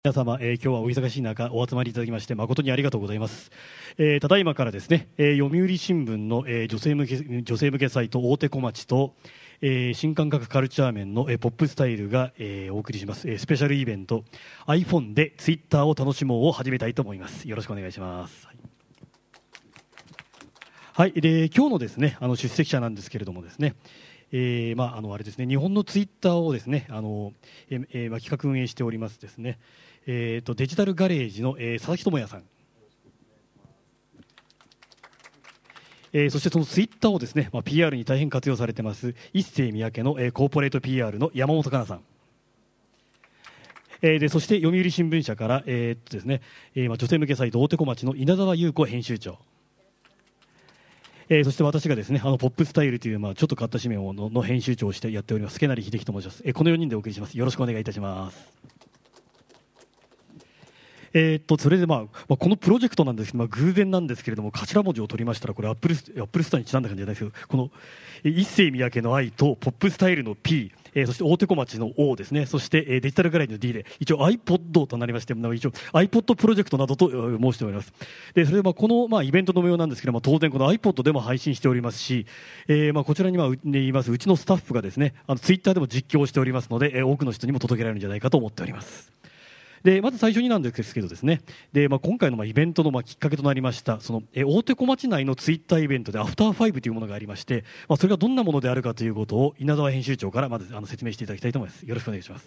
皆様、今日はお忙しい中お集まりいただきまして誠にありがとうございます。ただいまからですね、読売新聞の、女性向けサイト大手小町と、新感覚カルチャー面の、ポップスタイルが、お送りします、スペシャルイベント iPhone で Twitter を楽しもうを始めたいと思います。よろしくお願いします。はい、で今日のですね出席者なんですけれどもですね、あれですね、日本のツイッターをですね企画運営しておりますですね、デジタルガレージの、佐々木智也さん、そしてそのツイッターをですね、PR に大変活用されてます一世三宅の、コーポレート PR の山本香奈さん、でそして読売新聞社から、ですね女性向けサイト大手小町の稲沢優子編集長、そして私がですねポップスタイルという、ちょっと変わった紙面の編集長をしてやっております助成秀樹と申します。この4人でお送りします。よろしくお願いいたします。それで、このプロジェクトなんですけど、偶然なんですけれども頭文字を取りましたらこれアップルスターにちなんだ感じじゃないですけど、この一世三宅の I とポップスタイルの P、そして大手小町の O ですね、そしてデジタルガレージの D で一応 iPod となりまして、一応 iPod プロジェクトなどと申しております。でそれでこの、イベントの模様なんですけども、当然この iPod でも配信しておりますし、こちらに言いますうちのスタッフがですねツイッターでも実況しておりますので、多くの人にも届けられるんじゃないかと思っております。でまず最初になんですけどですね、で、今回のイベントのきっかけとなりましたその大手小町内のツイッターイベントでアフターファイブというものがありまして、それがどんなものであるかということを稲沢編集長からまず説明していただきたいと思います。よろしくお願いします。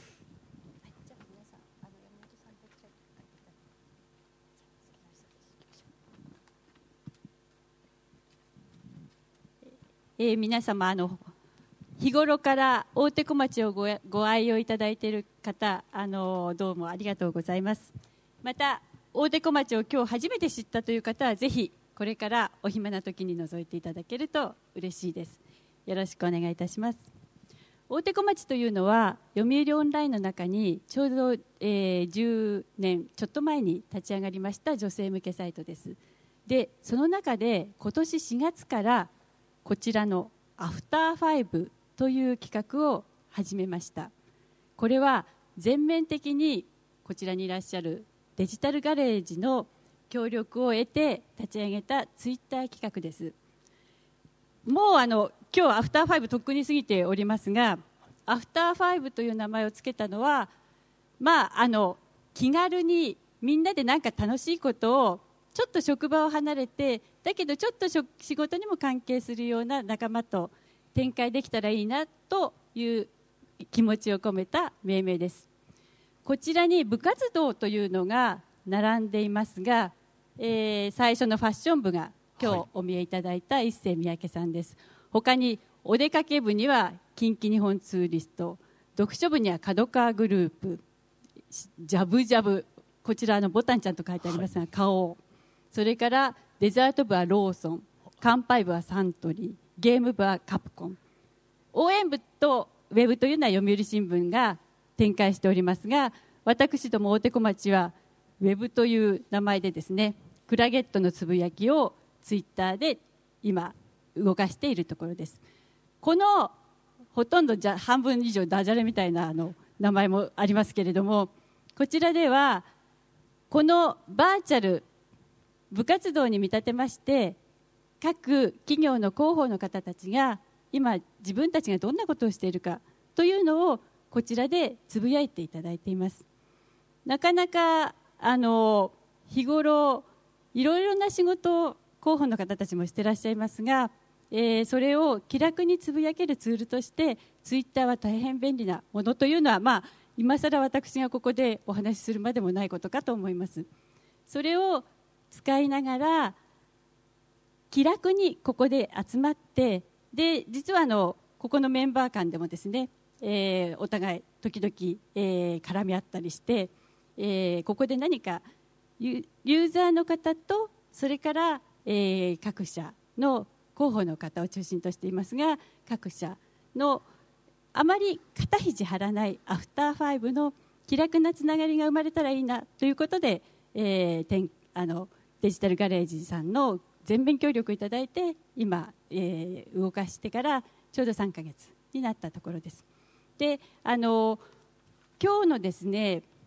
皆様日頃から大手小町をご愛用いただいている方、どうもありがとうございます。また大手小町を今日初めて知ったという方はぜひこれからお暇な時に覗いていただけると嬉しいです。よろしくお願いいたします。大手小町というのは読売オンラインの中にちょうど、10年ちょっと前に立ち上がりました女性向けサイトです。でその中で今年4月からこちらのアフターファイブという企画を始めました。これは全面的にこちらにいらっしゃるデジタルガレージの協力を得て立ち上げたツイッター企画です。もう今日アフターファイブとっくに過ぎておりますが、アフターファイブという名前をつけたのは、気軽にみんなでなんか楽しいことをちょっと職場を離れてだけどちょっと仕事にも関係するような仲間と展開できたらいいなという気持ちを込めた命名です。こちらに部活動というのが並んでいますが、最初のファッション部が今日お見えいただいた一世三宅さんです。他にお出かけ部には近畿日本ツーリスト、読書部には角川グループ、ジャブジャブ、こちらボタンちゃんと書いてありますが、花王、それからデザート部はローソン、乾杯部はサントリー、ゲーム部はカプコン、応援部とウェブというのは読売新聞が展開しておりますが、私ども大手小町はウェブという名前でですね、クラゲットのつぶやきをツイッターで今動かしているところです。このほとんど半分以上ダジャレみたいな名前もありますけれども、こちらではこのバーチャル部活動に見立てまして各企業の広報の方たちが今自分たちがどんなことをしているかというのをこちらでつぶやいていただいています。なかなか日頃いろいろな仕事を広報の方たちもしていらっしゃいますが、それを気楽につぶやけるツールとしてツイッターは大変便利なものというのは、今更私がここでお話しするまでもないことかと思います。それを使いながら気楽にここで集まって、で実はここのメンバー間でもですね、お互い時々、絡み合ったりして、ここで何かユーザーの方とそれから、各社の広報の方を中心としていますが、各社のあまり肩肘張らないアフターファイブの気楽なつながりが生まれたらいいなということで、デジタルガレージさんの全面協力いただいて今、動かしてからちょうど3ヶ月になったところです。で今日のですね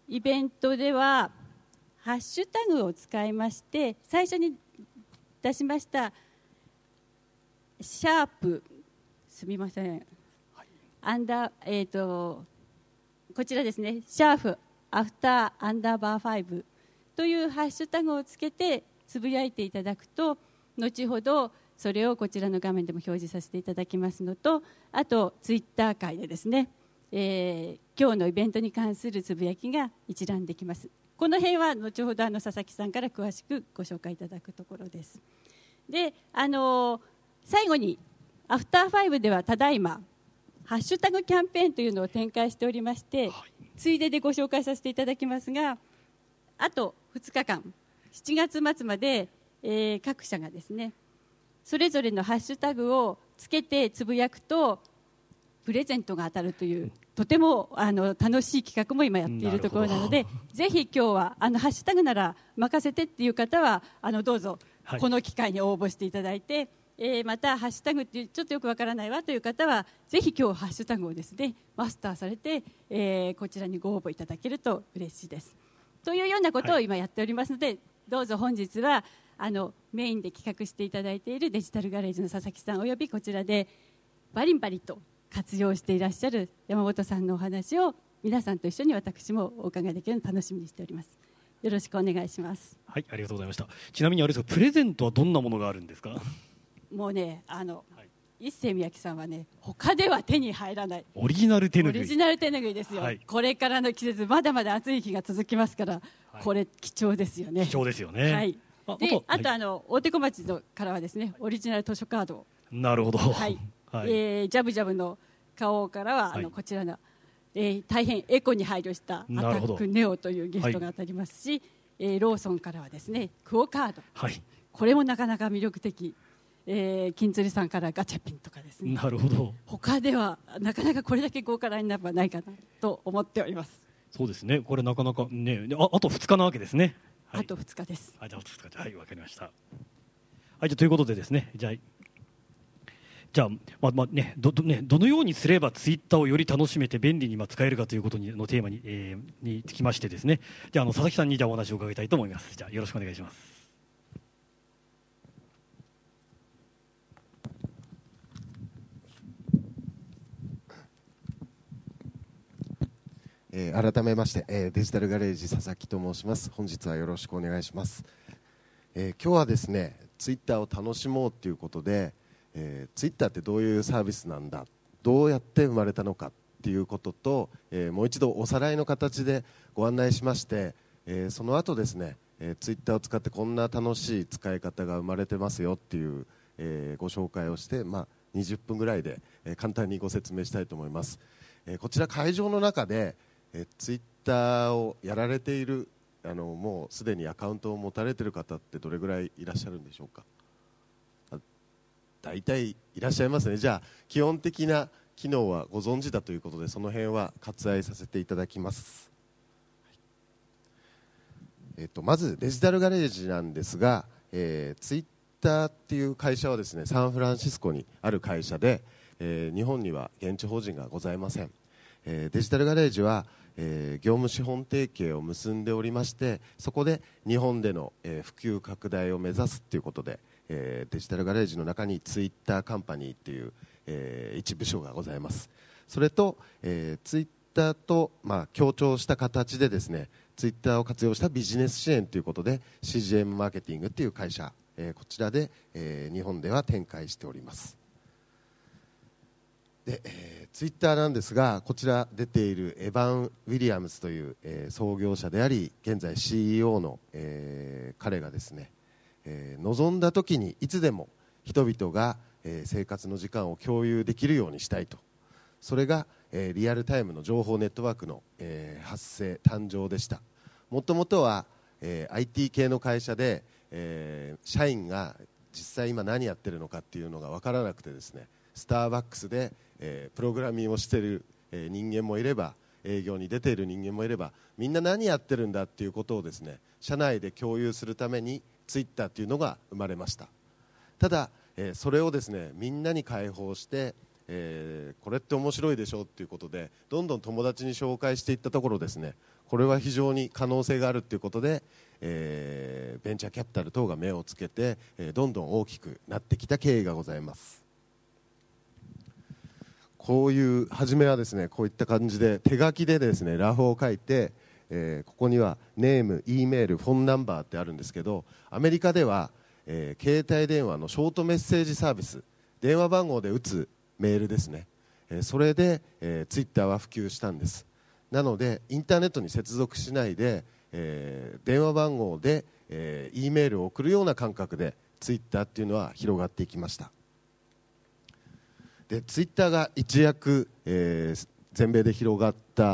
イベントではハッシュタグを使いまして、最初に出しましたシャープ、すみません、アンダー、こちらですね、シャーフアフターアンダーバー5というハッシュタグをつけてつぶやいていただくと、後ほどそれをこちらの画面でも表示させていただきますのと、あとツイッター界でですね、今日のイベントに関するつぶやきが一覧できます。この辺は後ほど佐々木さんから詳しくご紹介いただくところです。で、最後にアフター5ではただいまハッシュタグキャンペーンというのを展開しておりまして、ついででご紹介させていただきますが、あと2日間7月末まで、各社がですね、それぞれのハッシュタグをつけてつぶやくとプレゼントが当たるという、とても楽しい企画も今やっているところなので、ぜひ今日はハッシュタグなら任せてっていう方はどうぞこの機会に応募していただいて、またハッシュタグってちょっとよくわからないわという方はぜひ今日ハッシュタグをですねマスターされて、こちらにご応募いただけると嬉しいですというようなことを今やっておりますので、どうぞ本日はメインで企画していただいているデジタルガレージの佐々木さんおよびこちらでバリバリと活用していらっしゃる山本さんのお話を皆さんと一緒に私もお伺いできるのを楽しみにしております。よろしくお願いします。 はい、ありがとうございました。ちなみにあれですか、プレゼントはどんなものがあるんですか？ もうね、一世三宅さんはね、他では手に入らないオリジナル手ぬぐい。 オリジナル手ぬぐいですよ、はい、これからの季節まだまだ暑い日が続きますから、はい、これ貴重ですよね。 貴重ですよね。 はい、であと大手小町からはですねオリジナル図書カードを。 なるほど。はい、 はい、ジャブジャブの花王からははい、こちらの、大変エコに配慮したアタックネオというギフトが当たりますし、ローソンからはですねクオカード、はい、これもなかなか魅力的。金釣りさんからガチャピンとかですね。 なるほど。 他ではなかなかこれだけ豪華ラインナップはないかなと思っております。 そうですね、これなかなかね、あと2日なわけですね。 はい、あと2日です。 じゃあ2日、はい、わかりました。はい、じゃあということでですね、じゃあね、どのようにすればツイッターをより楽しめて便利に使えるかということのテーマにつきましてですね、じゃあ佐々木さんにじゃあお話を伺いたいと思います。じゃあよろしくお願いします。 改めまして、デジタルガレージ佐々木と申します。本日はよろしくお願いします。今日はですねツイッターを楽しもうということで、ツイッターってどういうサービスなんだ、どうやって生まれたのかっていうことと、もう一度おさらいの形でご案内しまして、その後ですね、ツイッターを使ってこんな楽しい使い方が生まれてますよっていう、ご紹介をして、20分ぐらいで、簡単にご説明したいと思います。こちら会場の中でツイッターをやられているもうすでにアカウントを持たれている方ってどれぐらいいらっしゃるんでしょうか。大体いらっしゃいますね。じゃあ基本的な機能はご存知だということで、その辺は割愛させていただきます。まずデジタルガレージなんですが、ツイッターっていう会社はですねサンフランシスコにある会社で、日本には現地法人がございません。デジタルガレージは業務資本提携を結んでおりまして、そこで日本での普及拡大を目指すということで、デジタルガレージの中にツイッターカンパニーという一部署がございます。それとツイッターと協調した形でですねツイッターを活用したビジネス支援ということで CGM マーケティングという会社、こちらで日本では展開しております。でツイッターなんですが、こちら出ているエヴァン・ウィリアムズという、創業者であり現在 CEO の、彼がですね、望んだ時にいつでも人々が、生活の時間を共有できるようにしたいと。それが、リアルタイムの情報ネットワークの、発生誕生でした。もともとは、IT 系の会社で、社員が実際今何やってるのかっていうのが分からなくてですね、スターバックスで、プログラミングをしている、人間もいれば営業に出ている人間もいれば、みんな何やってるんだっていうことをですね社内で共有するためにツイッターっていうのが生まれました。ただ、それをですねみんなに開放して、 これって面白いでしょっていうことでどんどん友達に紹介していったところですね、これは非常に可能性があるということで、ベンチャーキャピタル等が目をつけて、どんどん大きくなってきた経緯がございます。こういう初めはですね、こういった感じで手書きでですねラフを書いて、ここにはネーム、Eメール、フォンナンバーってあるんですけど、アメリカでは、携帯電話のショートメッセージサービス、電話番号で打つメールですね、それで、ツイッターは普及したんです。なのでインターネットに接続しないで、電話番号で、Eメールを送るような感覚でツイッターっていうのは広がっていきました。でツイッターが一躍、全米で広がった、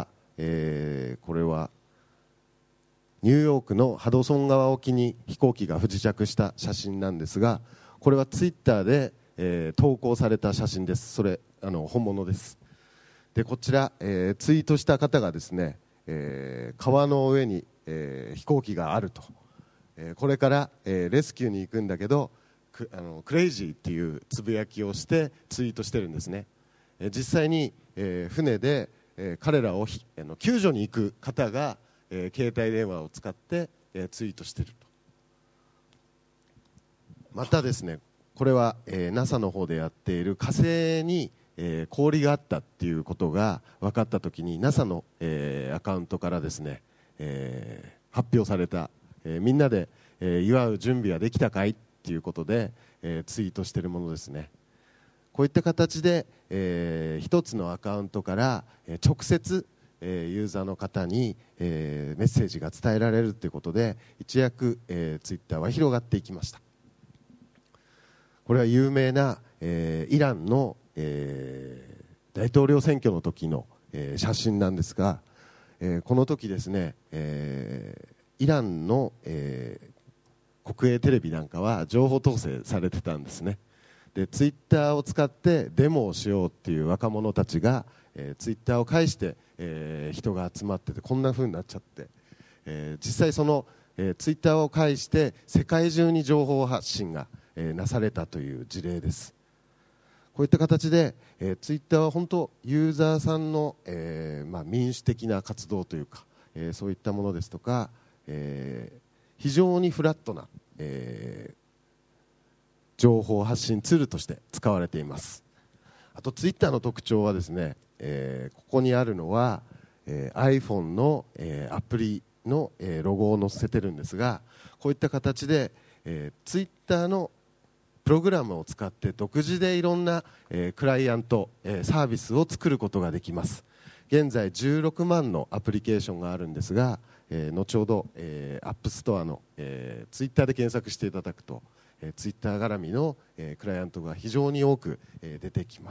これはニューヨークのハドソン川沖に飛行機が不時着した写真なんですが、これはツイッターで、投稿された写真です。それ本物です。でこちら、ツイートした方がですね、川の上に、飛行機があると、これから、レスキューに行くんだけどクレイジーっていうつぶやきをしてツイートしてるんですね。実際に、船で、彼らを救助に行く方が、携帯電話を使って、ツイートしていると。またですね、これは、NASA の方でやっている火星に、氷があったっていうことが分かったときに NASA の、アカウントからですね、発表された、みんなで、祝う準備はできたかいということで、ツイートしているものですね。こういった形で、一つのアカウントから、直接、ユーザーの方に、メッセージが伝えられるということで一躍、ツイッターは広がっていきました。これは有名な、イランの、大統領選挙の時の、写真なんですが、この時ですね、イランの、国営テレビなんかは情報統制されてたんですね。でツイッターを使ってデモをしようっていう若者たちが、ツイッターを介して、人が集まっててこんな風になっちゃって、実際その、ツイッターを介して世界中に情報発信が、なされたという事例です。こういった形で、ツイッターは本当ユーザーさんの、民主的な活動というか、そういったものですとか、非常にフラットな、情報発信ツールとして使われています。あとツイッターの特徴はですね、ここにあるのは、iPhone の、アプリの、ロゴを載せてるんですが、こういった形で、ツイッターのプログラムを使って独自でいろんな、クライアント、サービスを作ることができます。現在16万のアプリケーションがあるんですが、後ほど、アップストアの、ツイッターで検索していただくと、ツイッター絡みの、クライアントが非常に多く、出てきます。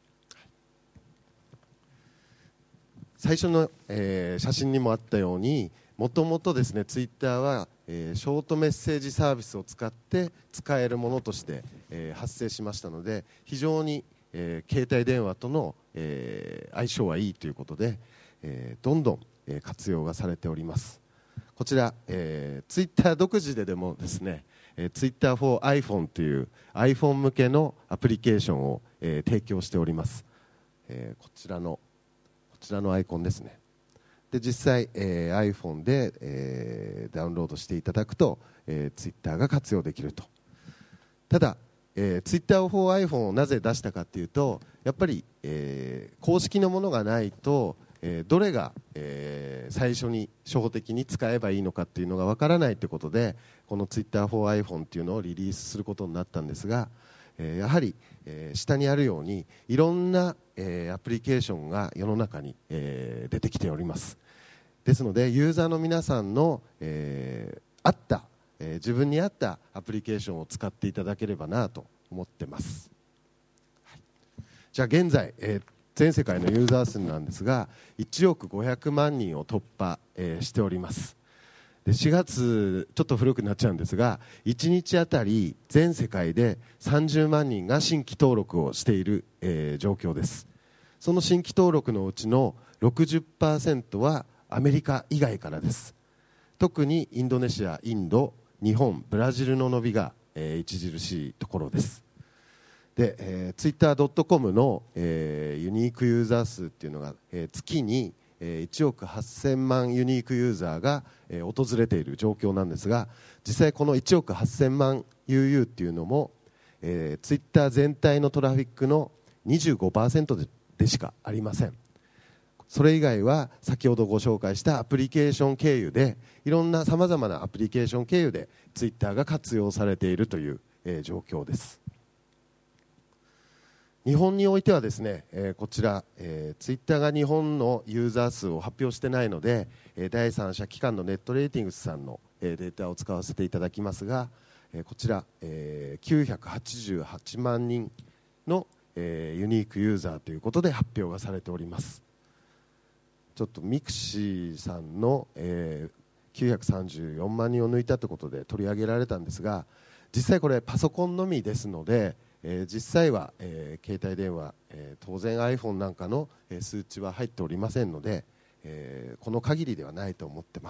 最初の、写真にもあったようにもともとですねツイッターは、ショートメッセージサービスを使って使えるものとして、発生しましたので非常に、携帯電話との、相性はいいということで、どんどん、活用がされております。こちら、ツイッター独自でもですね、ツイッター for iPhone という iPhone 向けのアプリケーションを、提供しております。こちらのアイコンですね。で実際、iPhone で、ダウンロードしていただくと、ツイッターが活用できると。ただ、ツイッター for iPhone をなぜ出したかというとやっぱり、公式のものがないと、どれが、最初に初歩的に使えばいいのかというのがわからないということでこの Twitter for iPhone というのをリリースすることになったんですが、やはり、下にあるようにいろんな、アプリケーションが世の中に、出てきております。ですのでユーザーの皆さんの、合った、自分に合ったアプリケーションを使っていただければなと思ってます。はい、じゃあ現在、全世界のユーザー数なんですが1億500万人を突破、しております。で4月ちょっと古くなっちゃうんですが1日あたり全世界で30万人が新規登録をしている、状況です。その新規登録のうちの 60% はアメリカ以外からです。特にインドネシア、インド、日本、ブラジルの伸びが、著しいところです。 で、twitter.com の、ユニークユーザー数っていうのが、月に、1億8000万ユニークユーザーが、訪れている状況なんですが、実際この1億8000万 UU っていうのも、ツイッター全体のトラフィックの 25% でしかありません。それ以外は先ほどご紹介したアプリケーション経由で、いろんなさまざまなアプリケーション経由でツイッターが活用されているという、状況です。日本においてはですね、こちら、ツイッターが日本のユーザー数を発表してないので、第三者機関のネットレーティングスさんの、データを使わせていただきますが、こちら、988万人の、ユニークユーザーということで発表がされております。ちょっとミクシーさんの、934万人を抜いたということで取り上げられたんですが、実際これパソコンのみですので、実際は、携帯電話、当然 iPhone なんかの、数値は入っておりませんので、この限りではないと思ってます。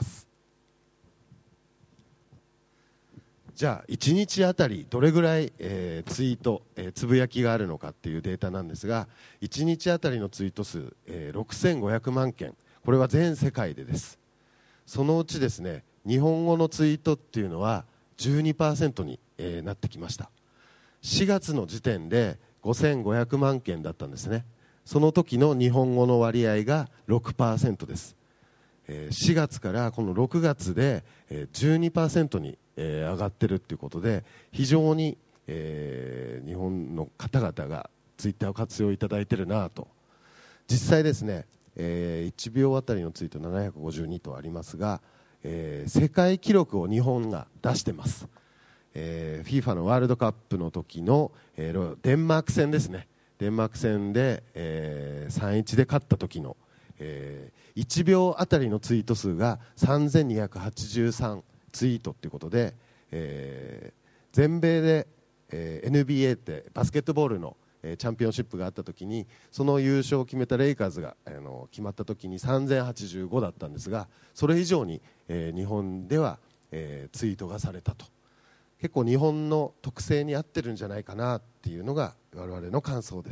じゃあ1日あたりどれぐらい、ツイート、つぶやきがあるのかっていうデータなんですが、1日あたりのツイート数、6500万件、これは全世界でです。そのうちですね、日本語のツイートっていうのは 12% に、なってきました。4月の時点で5500万件だったんですね。その時の日本語の割合が 6% です。4月からこの6月で 12% に上がっているということで、非常に日本の方々がツイッターを活用いただいているなと。実際ですね、1秒あたりのツイート752とありますが、世界記録を日本が出してます。FIFA のワールドカップの時の、デンマーク戦ですね。デンマーク戦で、3-1で勝った時の、1秒あたりのツイート数が3283ツイートということで、全米で、NBA ってバスケットボールの、チャンピオンシップがあった時に、その優勝を決めたレイカーズが、決まった時に3085だったんですが、それ以上に、日本では、ツイートがされたと。結構日本の特性に合ってるんじゃないかなっていうのが我々の感想です。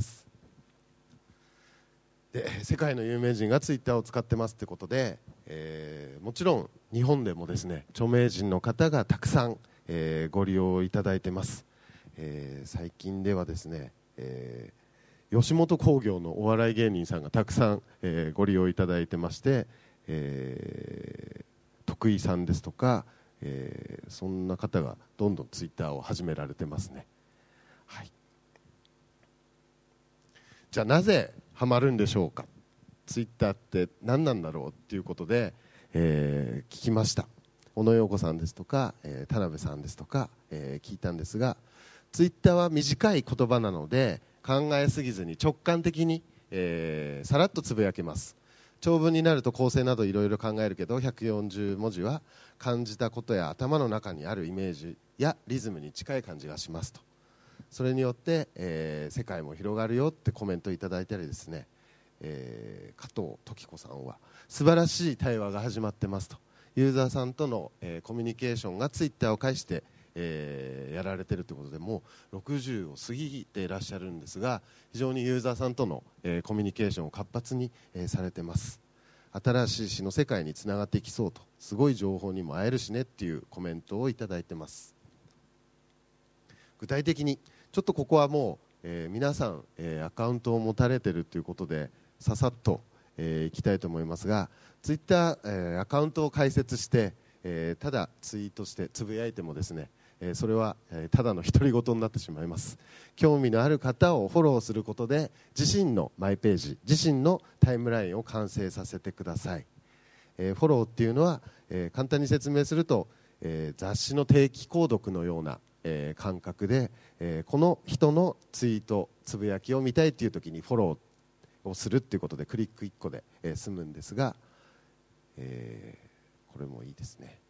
で、世界の有名人がツイッターを使ってますってことで、もちろん日本でもですね、著名人の方がたくさん、ご利用いただいてます。最近ではですね、吉本興業のお笑い芸人さんがたくさん、ご利用いただいてまして、徳井さんですとか、そんな方がどんどんツイッターを始められてますね。はい、じゃあなぜハマるんでしょうか。ツイッターって何なんだろうっていうことで、聞きました。小野陽子さんですとか、田辺さんですとか、聞いたんですが、ツイッターは短い言葉なので考えすぎずに直感的に、さらっとつぶやけます。長文になると構成などいろいろ考えるけど、140文字は感じたことや頭の中にあるイメージやリズムに近い感じがしますと。それによって、世界も広がるよってコメントいただいたりですね、加藤時子さんは素晴らしい対話が始まってますと。ユーザーさんとの、コミュニケーションがツイッターを介して、やられているということで、もう60を過ぎていらっしゃるんですが、非常にユーザーさんとの、コミュニケーションを活発に、されてます。新しい詩の世界につながっていきそうと、すごい情報にも会えるしねっていうコメントをいただいてます。具体的にちょっとここはもう、皆さん、アカウントを持たれているということでささっと、いきたいと思いますが、ツイッター、アカウントを開設して、ただツイートしてつぶやいてもですね、それはただの独り言になってしまいます。興味のある方をフォローすることで自身のマイページ、自身のタイムラインを完成させてください。フォローっていうのは、簡単に説明すると、雑誌の定期購読のような、感覚で、この人のツイート、つぶやきを見たいっていう時にフォローをするっていうことでクリック1個で、済むんですが、これもいいですね。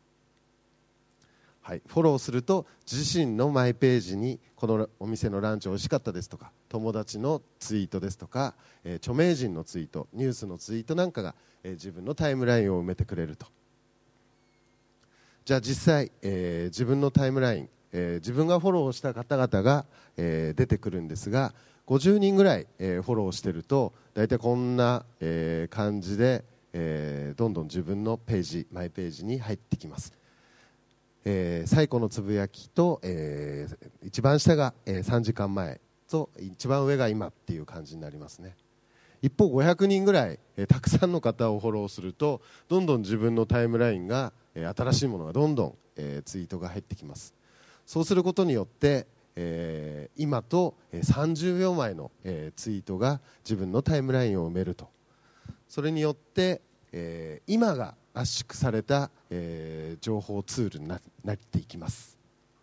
はい、フォローすると自身のマイページにこのお店のランチ美味しかったですとか、友達のツイートですとか、著名人のツイート、ニュースのツイートなんかが、自分のタイムラインを埋めてくれると。じゃあ実際、自分のタイムライン、 自分がフォローした方々が、出てくるんですが、50人ぐらい、フォローしてると大体こんな、感じで、どんどん自分のページ、マイページに入ってきます。最古のつぶやきと、一番下が、3時間前と一番上が今っていう感じになりますね。一方500人ぐらい、たくさんの方をフォローするとどんどん自分のタイムラインが、新しいものがどんどん、ツイートが入ってきます。そうすることによって、今と30秒前の、ツイートが自分のタイムラインを埋めると。それによって、今が圧縮された、情報ツールになっていきます。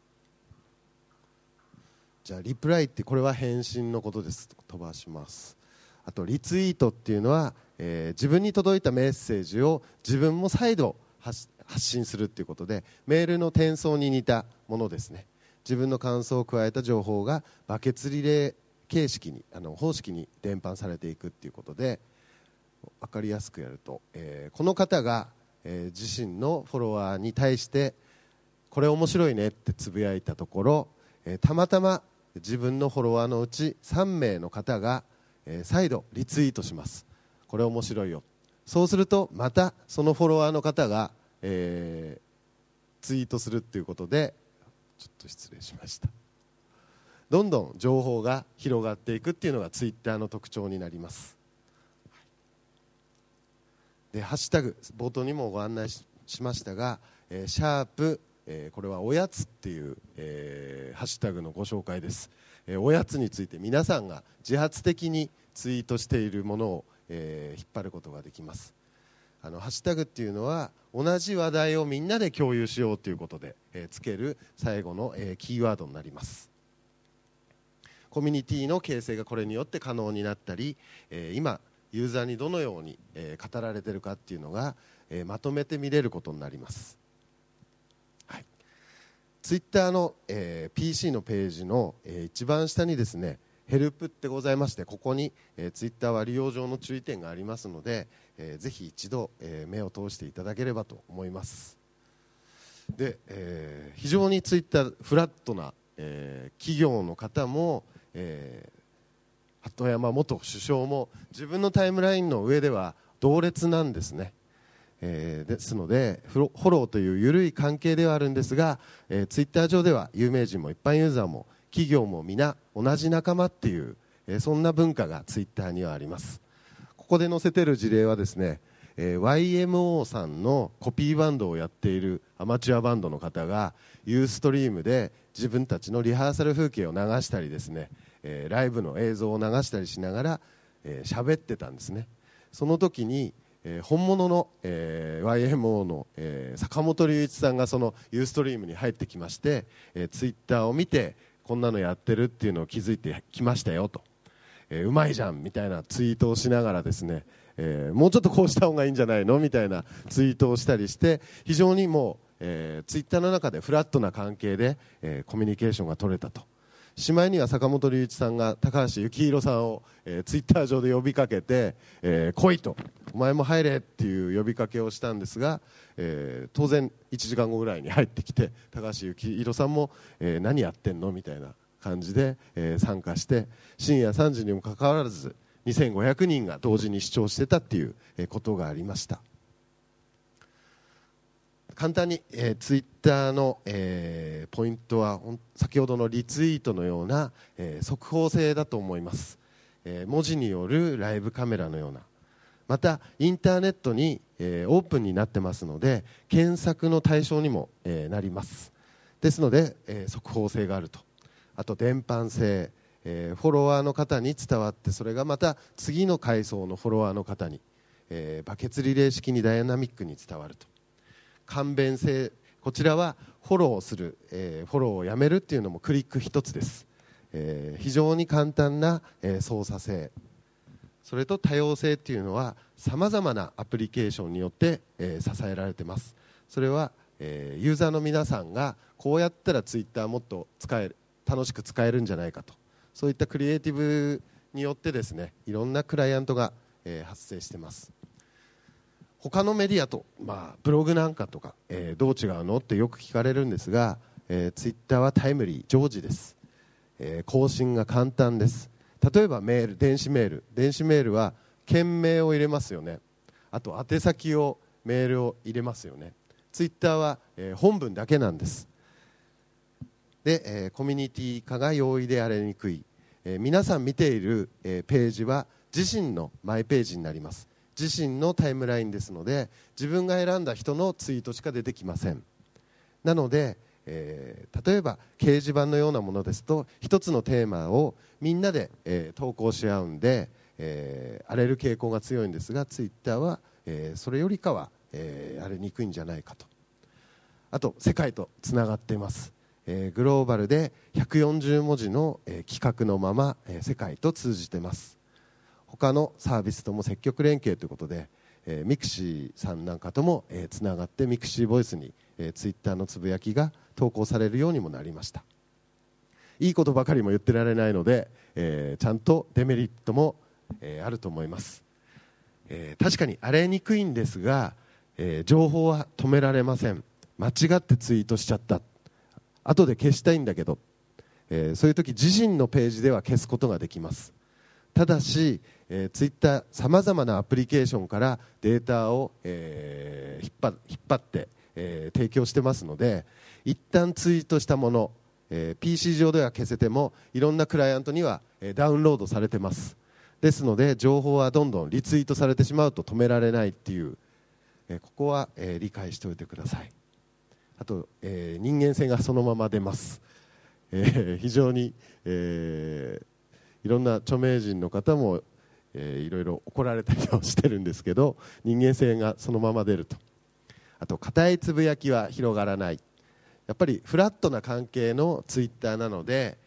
じゃあリプライってこれは返信のことです。飛ばします。あとリツイートっていうのは、自分に届いたメッセージを自分も再度発信するっていうことで、メールの転送に似たものですね。自分の感想を加えた情報がバケツリレー形式に方式に伝播されていくっていうことで、分かりやすくやると、この方が、自身のフォロワーに対してこれ面白いねってつぶやいたところ、たまたま自分のフォロワーのうち3名の方が、再度リツイートします。これ面白いよ。そうするとまたそのフォロワーの方が、ツイートするっていうことで、ちょっと失礼しました。どんどん情報が広がっていくっていうのがツイッターの特徴になります。でハッシュタグ、冒頭にもご案内 しましたが、シャープ、これはおやつっていう、ハッシュタグのご紹介です。おやつについて皆さんが自発的にツイートしているものを、引っ張ることができます。ハッシュタグっていうのは同じ話題をみんなで共有しようということで、つける最後の、キーワードになります。コミュニティの形成がこれによって可能になったり、今ユーザーにどのように、語られているかっていうのが、まとめて見れることになります。はい、ツイッターの、PC のページの、一番下にですねヘルプってございまして、ここに、ツイッターは利用上の注意点がありますので、ぜひ一度、目を通していただければと思います。で、非常にツイッターフラットな、企業の方も、鳩山元首相も自分のタイムラインの上では同列なんですね。ですのでフォローという緩い関係ではあるんですが、ツイッター上では有名人も一般ユーザーも企業も皆同じ仲間っていう、そんな文化がツイッターにはあります。ここで載せている事例はですね、YMO さんのコピーバンドをやっているアマチュアバンドの方がユーストリームで自分たちのリハーサル風景を流したりですね、ライブの映像を流したりしながら喋ってたんですね。その時に、本物の、YMO の、坂本龍一さんがそのユーストリームに入ってきまして、ツイッターを見てこんなのやってるっていうのを気づいてきましたよと、うまいじゃんみたいなツイートをしながらですね、もうちょっとこうした方がいいんじゃないのみたいなツイートをしたりして、非常にもう、ツイッターの中でフラットな関係で、コミュニケーションが取れたと。しまいには坂本龍一さんが高橋幸宏さんを、ツイッター上で呼びかけて、来いと、お前も入れっていう呼びかけをしたんですが、当然1時間後ぐらいに入ってきて、高橋幸宏さんも、何やってんのみたいな感じで、参加して、深夜3時にもかかわらず2500人が同時に視聴してたっていうことがありました。簡単に、ツイッターの、ポイントは先ほどのリツイートのような、速報性だと思います。文字によるライブカメラのような、またインターネットに、オープンになってますので検索の対象にも、なります。ですので、速報性があると。あと伝播性、フォロワーの方に伝わって、それがまた次の階層のフォロワーの方に、バケツリレー式にダイナミックに伝わると。簡便性、こちらはフォローする、フォローをやめるっていうのもクリック一つです。非常に簡単な、操作性、それと多様性っていうのはさまざまなアプリケーションによって、支えられています。それは、ユーザーの皆さんがこうやったらツイッターもっと楽しく使えるんじゃないかと、そういったクリエイティブによってですね、いろんなクライアントが、発生しています。他のメディアと、ブログなんかとか、どう違うのってよく聞かれるんですが、 ツイッターはタイムリー、常時です。更新が簡単です。例えばメール、電子メールは件名を入れますよね。あと宛先をメールを入れますよね。ツイッターは、本文だけなんです。で、コミュニティ化が容易で荒れにくい、皆さん見ている、ページは自身のマイページになります。自身のタイムラインですので、自分が選んだ人のツイートしか出てきません。なので、例えば掲示板のようなものですと、一つのテーマをみんなで、投稿し合うんで、荒れる傾向が強いんですが、ツイッターは、それよりかは、荒れにくいんじゃないかと。あと世界とつながっています。グローバルで140文字の、規格のまま、世界と通じています。他のサービスとも積極連携ということで、ミクシーさんなんかとも、つながってミクシーボイスに、ツイッターのつぶやきが投稿されるようにもなりました。いいことばかりも言ってられないので、ちゃんとデメリットも、あると思います。確かに荒れにくいんですが、情報は止められません。間違ってツイートしちゃった、後で消したいんだけど、そういう時自身のページでは消すことができます。ただし、ツイッターさまざまなアプリケーションからデータを、引っ張って、提供してますので、一旦ツイートしたもの、PC 上では消せてもいろんなクライアントには、ダウンロードされてます。ですので情報はどんどんリツイートされてしまうと止められないっていう、ここは、理解しておいてください。あと、人間性がそのまま出ます。非常に、いろんな著名人の方も、いろいろ怒られたりはしてるんですけど、人間性がそのまま出ると。あと固いつぶやきは広がらない。やっぱりフラットな関係のツイッターなので、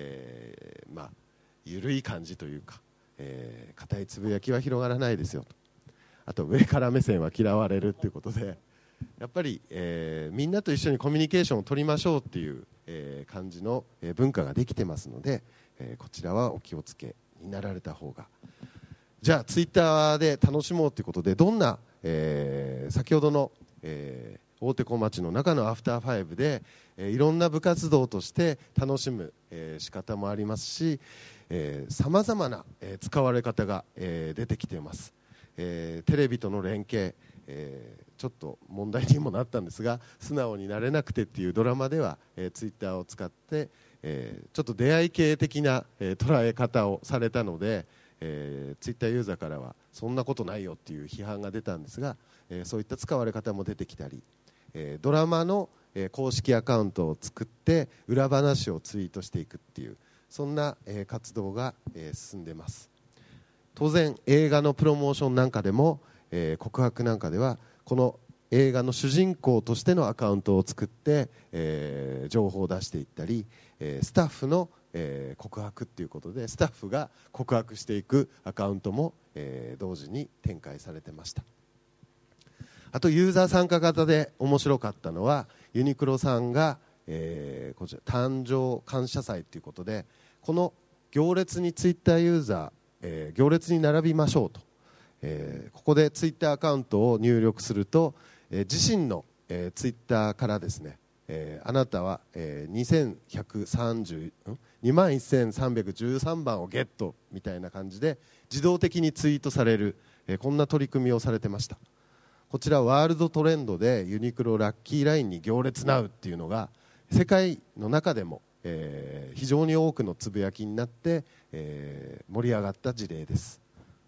緩い感じというか、固いつぶやきは広がらないですよと。あと上から目線は嫌われるということで、やっぱり、みんなと一緒にコミュニケーションを取りましょうっていう、感じの、文化ができてますので、こちらはお気をつけになられた方が。じゃあツイッターで楽しもうということで、どんな、先ほどの、大手小町の中のアフターファイブで、いろんな部活動として楽しむ、仕方もありますし、さまざまな、使われ方が、出てきています。テレビとの連携、ちょっと問題にもなったんですが、素直になれなくてっていうドラマでは、ツイッターを使って、ちょっと出会い系的な、捉え方をされたので、ツイッターユーザーからはそんなことないよっていう批判が出たんですが、そういった使われ方も出てきたり、ドラマの、公式アカウントを作って裏話をツイートしていくっていう、そんな、活動が、進んでいます。当然映画のプロモーションなんかでも、告白なんかではこの映画の主人公としてのアカウントを作って、情報を出していったり、スタッフの、告白っていうことでスタッフが告白していくアカウントも、同時に展開されてました。あとユーザー参加型で面白かったのは、ユニクロさんが、こちら誕生感謝祭ということで、この行列にツイッターユーザー、行列に並びましょうと、ここでツイッターアカウントを入力すると、自身の、ツイッターからですね、あなたは、21,313番をゲットみたいな感じで自動的にツイートされる、こんな取り組みをされてました。こちらワールドトレンドでユニクロラッキーラインに行列ナウっていうのが世界の中でも、非常に多くのつぶやきになって、盛り上がった事例です。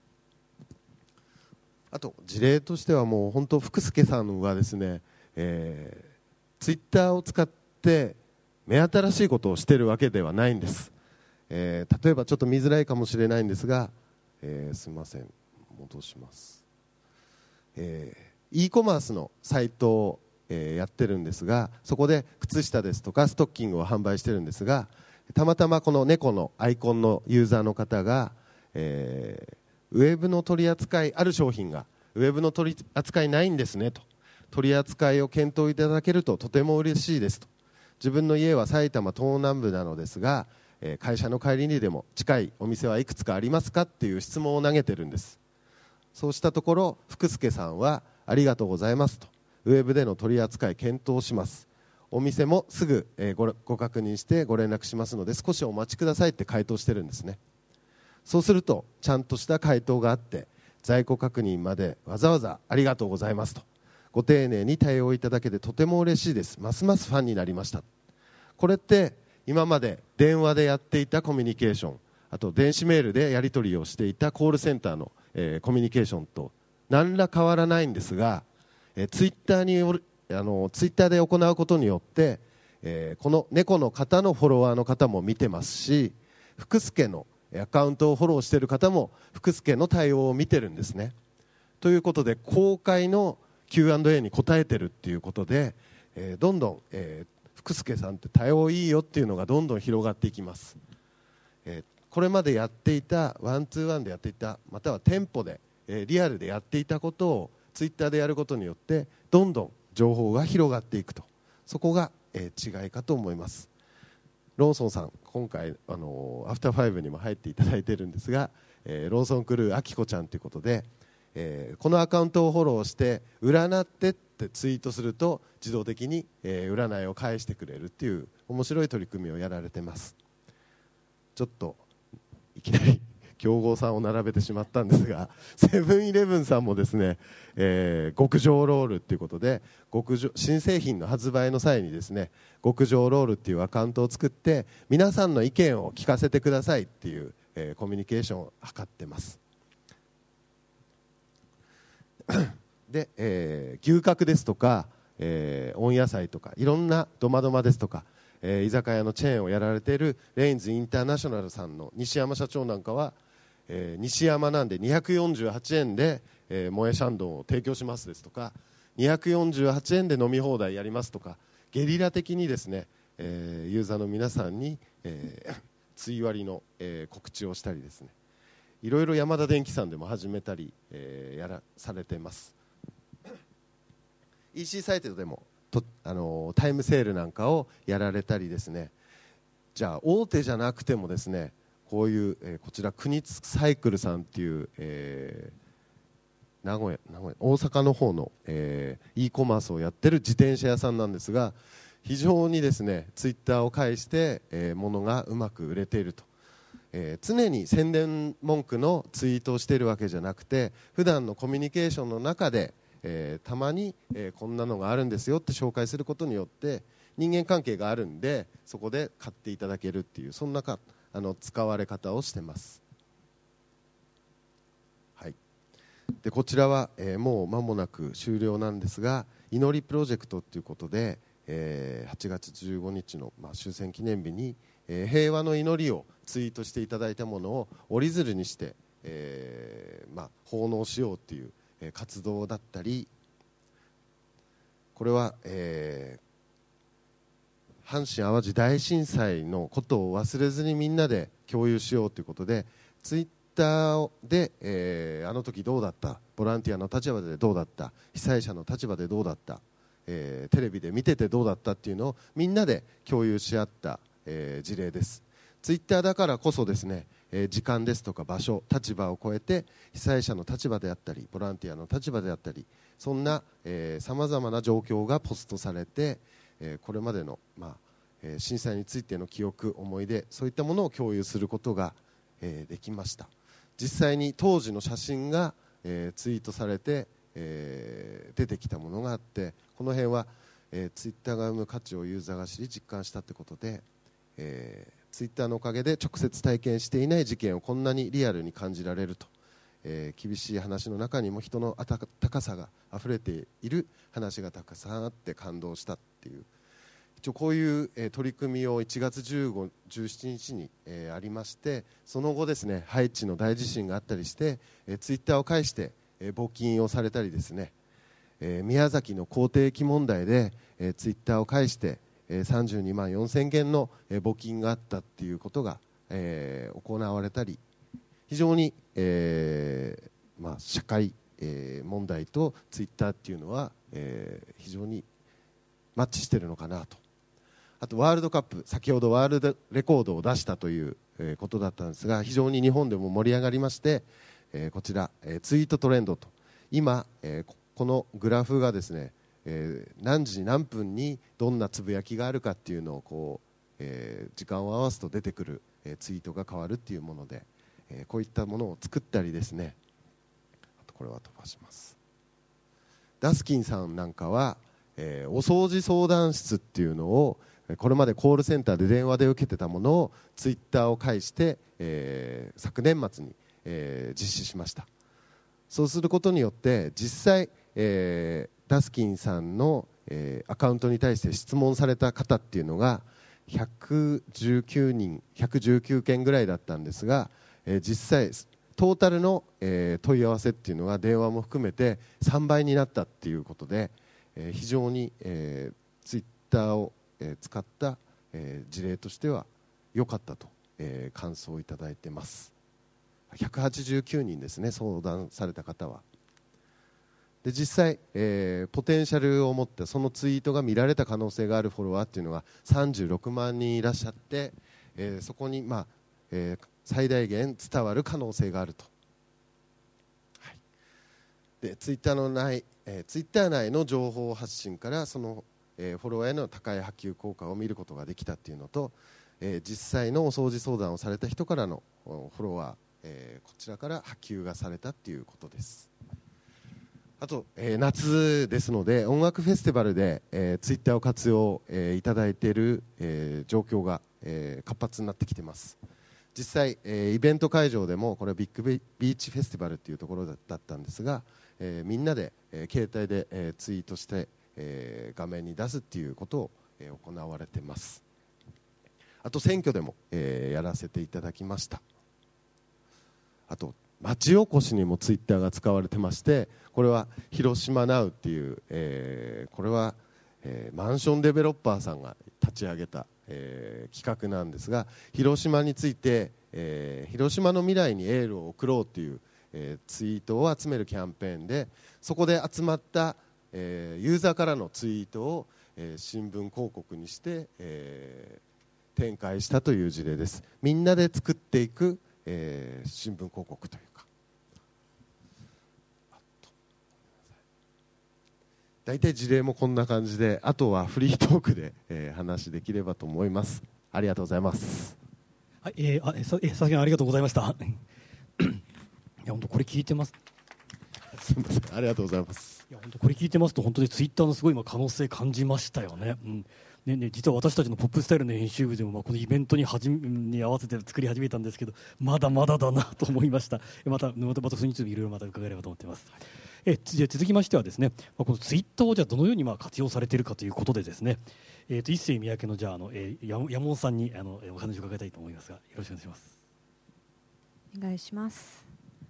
あと事例としてはもう本当福助さんはですね、ツイッターを使って目新しいことをしているわけではないんです。例えばちょっと見づらいかもしれないんですが、すみません、戻します。e コマースのサイトを、やってるんですが、そこで靴下ですとかストッキングを販売してるんですが、たまたまこの猫のアイコンのユーザーの方が、ウェブの取り扱い、ある商品がウェブの取り扱いないんですねと、取り扱いを検討いただけるととても嬉しいですと、自分の家は埼玉東南部なのですが、会社の帰りにでも近いお店はいくつかありますかっていう質問を投げてるんです。そうしたところ福助さんはありがとうございますと、ウェブでの取り扱い検討します、 お店もすぐ、ご確認してご連絡しますので少しお待ちくださいって回答してるんですね。そうするとちゃんとした回答があって、在庫確認までわざわざありがとうございますとご丁寧に対応いただけてとても嬉しいです、ますますファンになりました。これって今まで電話でやっていたコミュニケーション、あと電子メールでやり取りをしていたコールセンターの、コミュニケーションと何ら変わらないんですが、ツイッターで行うことによって、この猫の方のフォロワーの方も見てますし、福助のアカウントをフォローしている方も福助の対応を見てるんですね。ということで公開の Q&A に答えてるっていうことで、どんどん、福助さんって対応いいよっていうのがどんどん広がっていきます。これまでやっていたワンツーワンでやっていた、または店舗で、リアルでやっていたことをツイッターでやることによってどんどん情報が広がっていくと、そこが、違いかと思います。ローソンさん、今回アフターファイブにも入っていただいているんですが、ローソンクルーあきこちゃんということで、このアカウントをフォローして占ってってツイートすると自動的に、占いを返してくれるっていう面白い取り組みをやられてます。ちょっといきなり競合さんを並べてしまったんですが、セブンイレブンさんもですね、極上ロールということで新製品の発売の際にですね、極上ロールっていうアカウントを作って皆さんの意見を聞かせてくださいっていう、コミュニケーションを図ってますで、牛角ですとか、温野菜とかいろんなドマドマですとか、居酒屋のチェーンをやられているレインズインターナショナルさんの西山社長なんかは、西山なんで248円で、萌えシャンドンを提供しますですとか、248円で飲み放題やりますとか、ゲリラ的にですね、ユーザーの皆さんに、追割の、告知をしたりですね、いろいろヤマダ電機さんでも始めたり、されています。EC サイトでもタイムセールなんかをやられたりですね、じゃあ大手じゃなくてもですね、こういう、こちら国津サイクルさんっていう、大阪の方の、e コマースをやってる自転車屋さんなんですが、非常にですねツイッターを介して、物がうまく売れていると、常に宣伝文句のツイートをしているわけじゃなくて、普段のコミュニケーションの中で、たまに、こんなのがあるんですよって紹介することによって人間関係があるんで、そこで買っていただけるっていう、そんな使われ方をしてます。はい、でこちらは、もう間もなく終了なんですが、祈りプロジェクトということで、8月15日の、終戦記念日に、平和の祈りをツイートしていただいたものを折り鶴にして、奉納しようという活動だったり、これは、阪神・淡路大震災のことを忘れずにみんなで共有しようということで、ツイッターで、あの時どうだった、ボランティアの立場でどうだった、被災者の立場でどうだった、テレビで見ててどうだったっていうのをみんなで共有し合った、事例です。ツイッターだからこそですね、時間ですとか場所、立場を超えて被災者の立場であったりボランティアの立場であったり、そんなさまざまな状況がポストされて、これまでの、震災についての記憶、思い出、そういったものを共有することが、できました。実際に当時の写真が、ツイートされて、出てきたものがあって、この辺は、ツイッターが生む価値をユーザーが知り実感したということで、ツイッターのおかげで直接体験していない事件をこんなにリアルに感じられると、厳しい話の中にも人の温かさがあふれている話がたくさんあって感動したっていう、一応こういう、取り組みを1月15、17日に、ありまして、その後ですね、ハイチの大地震があったりして、ツイッターを介して、募金をされたりですね、宮崎の口蹄疫問題で、ツイッターを介して32万4000件の募金があったっていうことが、行われたり、非常に、社会、問題とツイッターっていうのは、非常にマッチしているのかなと。あとワールドカップ、先ほどワールドレコードを出したという、ことだったんですが、非常に日本でも盛り上がりまして、こちら、ツイートトレンドと今、このグラフがですね、 何時何分にどんなつぶやきがあるかっていうのを時間を合わすと出てくる、ツイートが変わるっていうもので、こういったものを作ったりですね、あとこれは飛ばします。ダスキンさんなんかは、お掃除相談室っていうのをこれまでコールセンターで電話で受けてたものをツイッターを介して、昨年末に、実施しました。そうすることによって実際、ダスキンさんの、アカウントに対して質問された方っていうのが119件ぐらいだったんですが、実際トータルの、問い合わせっていうのが電話も含めて3倍になったっていうことで、非常に、ツイッターを、使った、事例としては良かったと、感想をいただいています。189人ですね、相談された方は。で実際、ポテンシャルを持ってそのツイートが見られた可能性があるフォロワーっていうのが36万人いらっしゃって、そこに、最大限伝わる可能性があると、はい、でツイッター内の情報発信からその、フォロワーへの高い波及効果を見ることができたっていうのと、実際のお掃除相談をされた人からのフォロワー、こちらから波及がされたっていうことです。あと、夏ですので音楽フェスティバルで、ツイッターを活用、いただいている、状況が、活発になってきています。実際、イベント会場でもこれビッグビーチフェスティバルというところだったんですが、みんなで、携帯で、ツイートして、画面に出すっていうことを、行われています。あと選挙でも、やらせていただきました。あと町おこしにもツイッターが使われてまして、これは広島ナウっていう、これは、マンションデベロッパーさんが立ち上げた、企画なんですが、広島について、広島の未来にエールを送ろうという、ツイートを集めるキャンペーンで、そこで集まった、ユーザーからのツイートを、新聞広告にして、展開したという事例です。みんなで作っていく、新聞広告というか、大体事例もこんな感じで、あとはフリートークで、話できればと思います。ありがとうございます。 はい、佐々木さんありがとうございました。いや本当これ聞いてます。 すみません、ありがとうございます。 いや本当これ聞いてますと本当にツイッターのすごい可能性感じましたよね。実は私たちのポップスタイルの編集部でもこのイベントに合わせて作り始めたんですけど、まだまだだなと思いました。またそれについていろいろまた伺えればと思っています。続きましてはですね、このツイッターをじゃあどのように活用されているかということでですね、一世三宅のじゃあ山本さんにお話を伺いたいと思いますが、よろしくお願いします。 お願いします。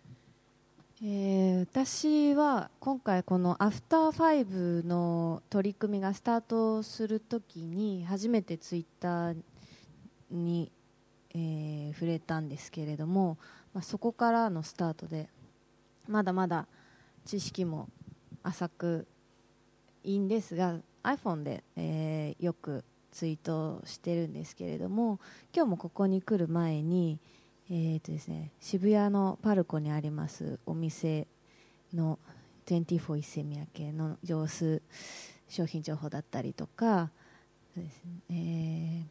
私は今回このアフターファイブの取り組みがスタートするときに初めてツイッターに、触れたんですけれども、そこからのスタートでまだまだ知識も浅くいいんですが iPhone で、よくツイートしてるんですけれども、今日もここに来る前にですね、渋谷のパルコにありますお店の24一世三宅の様子、商品情報だったりとかですね、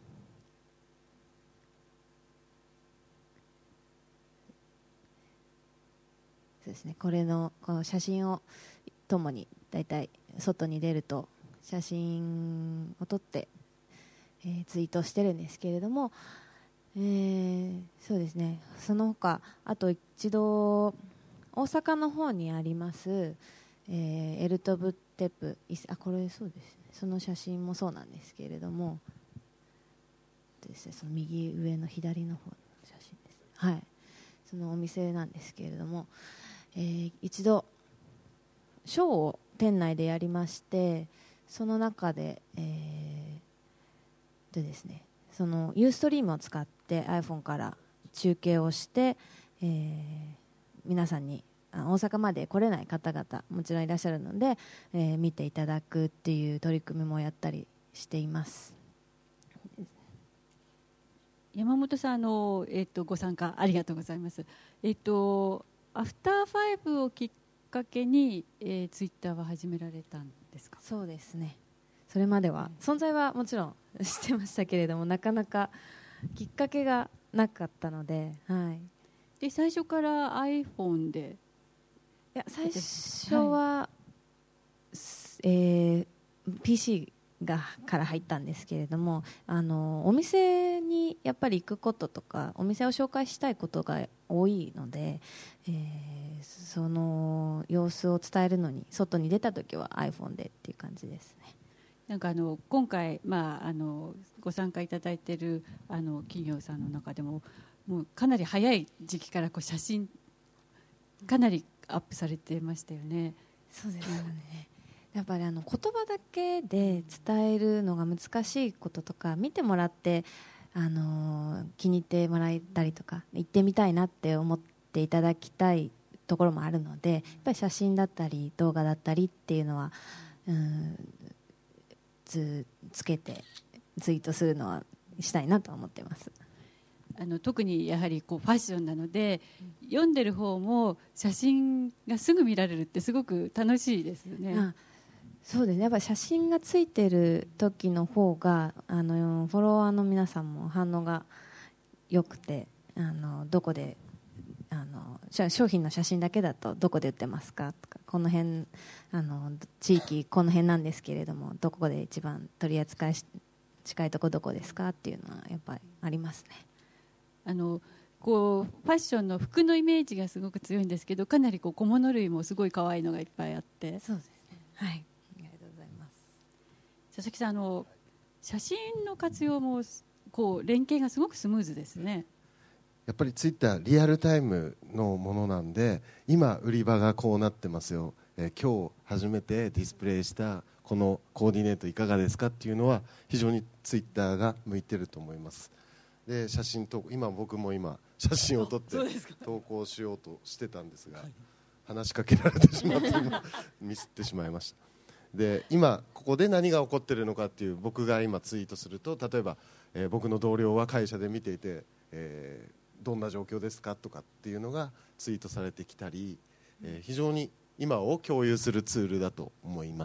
そうですね、この写真をともにだいたい外に出ると写真を撮って、ツイートしてるんですけれども、そうですね、その他あと一度大阪の方にあります、エルトブテプこれそうですね、その写真もそうなんですけれどもですね、その右上の左の方の写真です、はい、そのお店なんですけれども、一度ショーを店内でやりまして、その中で、ですね、そのユーストリームを使って iPhone から中継をして、皆さんに大阪まで来れない方々もちろんいらっしゃるので、見ていただくっていう取り組みもやったりしています。 山本さんご参加ありがとうございます。アフターファイブをきっかけに、ツイッターは始められたんですか？ そうですね。それまでは存在はもちろん知ってましたけれども、なかなかきっかけがなかったので、はい、 で最初から iPhone で。 いや最初は、PC から入ったんですけれども、お店にやっぱり行くこととかお店を紹介したいことが多いので、その様子を伝えるのに外に出た時は iPhone でっていう感じですね。 なんか今回、ご参加いただいている企業さんの中でももうかなり早い時期から写真かなりアップされてましたよね。 そうですよね。やっぱり言葉だけで伝えるのが難しいこととか、見てもらって気に入ってもらえたりとか行ってみたいなって思っていただきたいところもあるので、やっぱり写真だったり動画だったりっていうのはつけてツイートするのはしたいなと思ってます。 特にやはりファッションなので、読んでる方も写真がすぐ見られるってすごく楽しいですよね。 そうですね。やっぱり写真がついてる時の方がフォロワーの皆さんも反応が良くて、どこで商品の写真だけだとどこで売ってますかとか、この辺地域この辺なんですけれどもどこで一番取り扱い近いとこどこですかっていうのはやっぱりありますね。 ファッションの服のイメージがすごく強いんですけど、かなり小物類もすごい可愛いのがいっぱいあって。 そうですね。はい。ありがとうございます。 佐々木さん、写真の活用も連携がすごくスムーズですね。 やっぱりツイッターリアルタイムのものなんで、今売り場がこうなってますよ、今日初めてディスプレイしたこのコーディネートいかがですかっていうのは非常にツイッターが向いてると思います。で写真と僕も今写真を撮って投稿しようとしてたんですが、話しかけられてしまってミスってしまいました。で今ここで何が起こっているのかっていう、僕が今ツイートすると、例えば、僕の同僚は会社で見ていて、どんな状況ですかとかっていうのがツイートされてきたり、非常に今を共有するツールだと思います。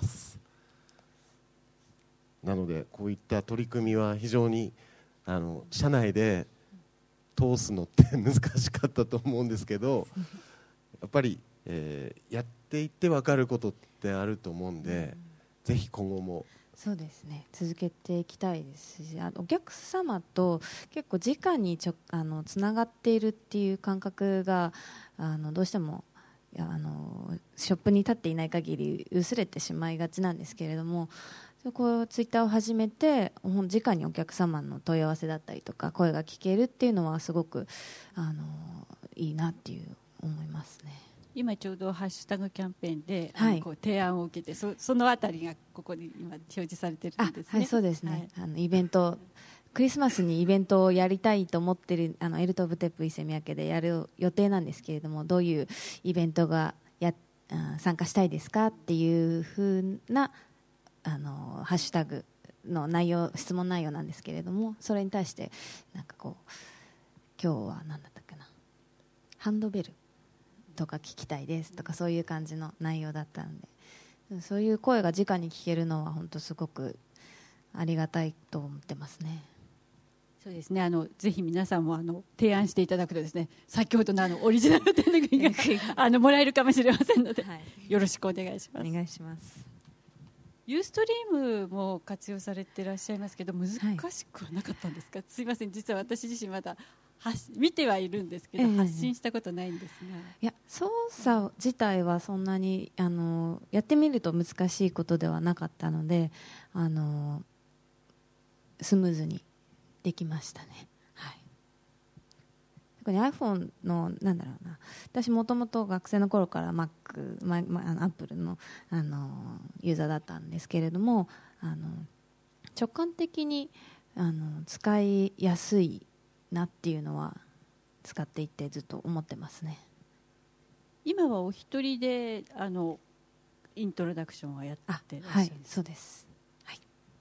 なのでこういった取り組みは非常に社内で通すのって難しかったと思うんですけど、やっぱり、やっていって分かることってあると思うんで、ぜひ今後もそうですね、続けていきたいですし、お客様と結構直につながっているっていう感覚がどうしてもショップに立っていない限り薄れてしまいがちなんですけれども、こうツイッターを始めて直にお客様の問い合わせだったりとか声が聞けるっていうのはすごくいいなっていう思いますね。 今ちょうどハッシュタグキャンペーンで、 はい、 提案を受けて そのあたりがここに今表示されてるんですね。 はい、そうですね、はい、イベントクリスマスにイベントをやりたいと思っているエルト・ブテップ伊勢三宅でやる予定なんですけれども、どういうイベントが参加したいですかっていう風なハッシュタグの内容、質問内容なんですけれども、それに対してなんか今日は何だったっけな、ハンドベルとか聞きたいですとか、そういう感じの内容だったので、そういう声が直に聞けるのは本当すごくありがたいと思ってますね。 そうですね、ぜひ皆さんも提案していただくとですね、先ほどのオリジナル手ぬぐいがもらえるかもしれませんので、はい、よろしくお願いします。 お願いします。 ユーストリームも活用されていらっしゃいますけど、難しくはなかったんですか？はい、すいません、実は私自身まだ見てはいるんですけど、発信したことないんですが、 いや操作自体はそんなにやってみると難しいことではなかったのでスムーズにできましたね。はい、特に iPhone のなんだろうな、私もともと学生の頃から Apple の、ユーザーだったんですけれども、直感的に使いやすいなっていうのは使っていてずっと思ってますね。 今はお一人でイントロダクションはやってらっしゃるんですか？はい、 そうです。はい、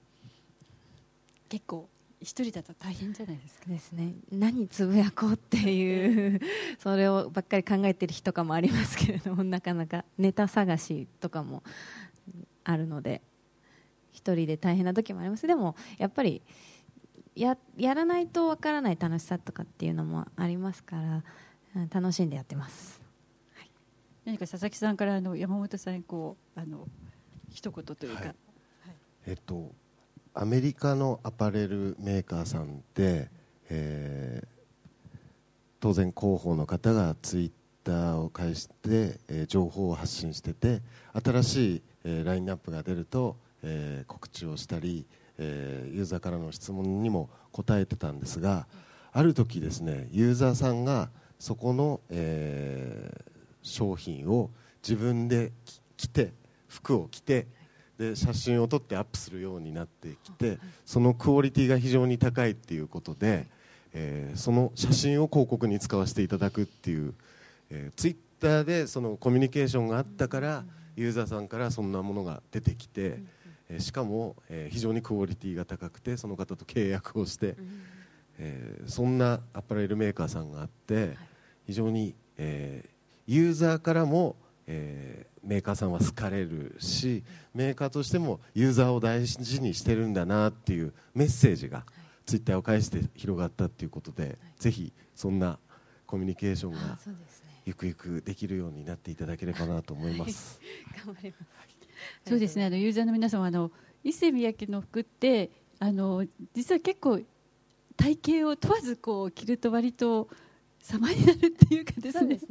結構一人だと大変じゃないですか？ ですね、何つぶやこうっていうそれをばっかり考えてる日とかもありますけれども、なかなかネタ探しとかもあるので、一人で大変な時もあります。でもやっぱりやらないとわからない楽しさとかっていうのもありますから、楽しんでやってます。はい、 何か佐々木さんから山本さんに一言というか、はい、 アメリカのアパレルメーカーさんって、当然広報の方がツイッターを介して、情報を発信してて、新しい、ラインナップが出ると、告知をしたり、ユーザーからの質問にも答えてたんですが、ある時ですね、ユーザーさんがそこの、商品を自分で着て、服を着て、で写真を撮ってアップするようになってきて、そのクオリティが非常に高いっていうことで、その写真を広告に使わせていただくっていう、ツイッターでそのコミュニケーションがあったから、ユーザーさんからそんなものが出てきて、しかも、非常にクオリティが高くて、その方と契約をして、そんなアパレルメーカーさんがあって、非常に、ユーザーからも、メーカーさんは好かれるし、メーカーとしてもユーザーを大事にしてるんだなっていうメッセージがツイッターを介して広がったっていうことで、ぜひそんなコミュニケーションがゆくゆくできるようになっていただければなと思います。 頑張ります。 そうですね、ユーザーの皆様、伊勢三宅の服って実は結構体型を問わず着ると割と様になるっていうかですね、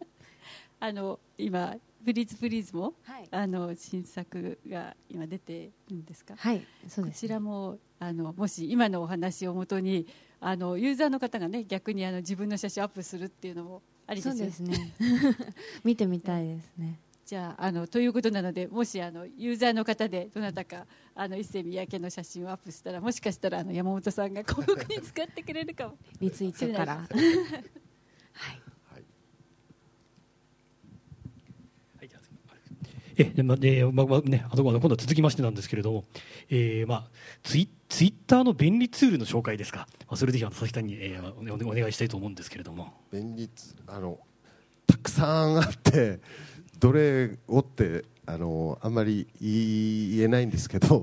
今プリーズプリーズも、はい、新作が今出てるんですか。 はい、そうですね、 こちらももし今のお話をもとにユーザーの方がね、逆に自分の写真をアップするっていうのもありですよね。 そうですね見てみたいですね。 じゃあということなので、もしユーザーの方でどなたか伊勢三宅の写真をアップしたら、もしかしたら山本さんが広告に使ってくれるかもリツイートからはい今度は続きましてなんですけれども、ツイッターの便利ツールの紹介ですか。それぜひ佐々木さんに、お願いしたいと思うんですけれども。 便利たくさんあってどれをってあんまり言えないんですけど、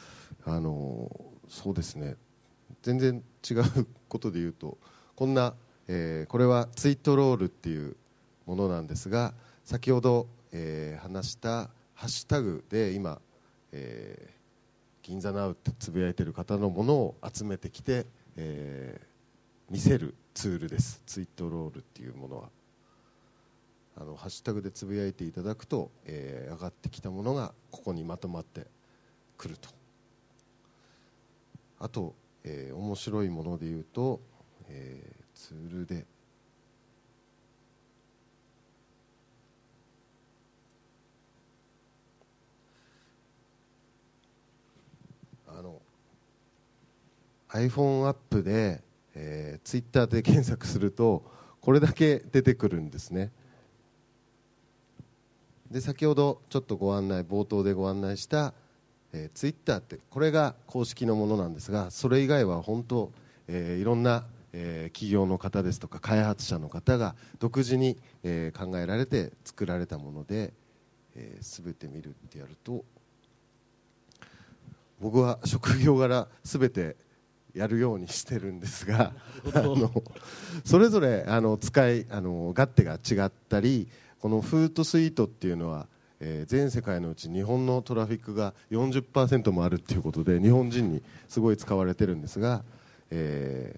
そうですね、全然違うことで言うと、こんな、これはツイートロールっていうものなんですが、先ほど話したハッシュタグで今、銀座ナウってつぶやいてる方のものを集めてきて、見せるツールです。ツイートロールっていうものはハッシュタグでつぶやいていただくと、上がってきたものがここにまとまってくると。あと、面白いもので言うと、ツールでiPhone アップで、ツイッターで検索するとこれだけ出てくるんですね。で、先ほどちょっと冒頭でご案内した、ツイッターってこれが公式のものなんですが、それ以外は本当、いろんな、企業の方ですとか開発者の方が独自に、考えられて作られたもので、全て見るってやると、僕は職業柄全てやるようにしてるんですがそれぞれ使い勝手が違ったり、このフートスイートっていうのは、全世界のうち日本のトラフィックが 40% もあるっていうことで日本人にすごい使われてるんですが、フォ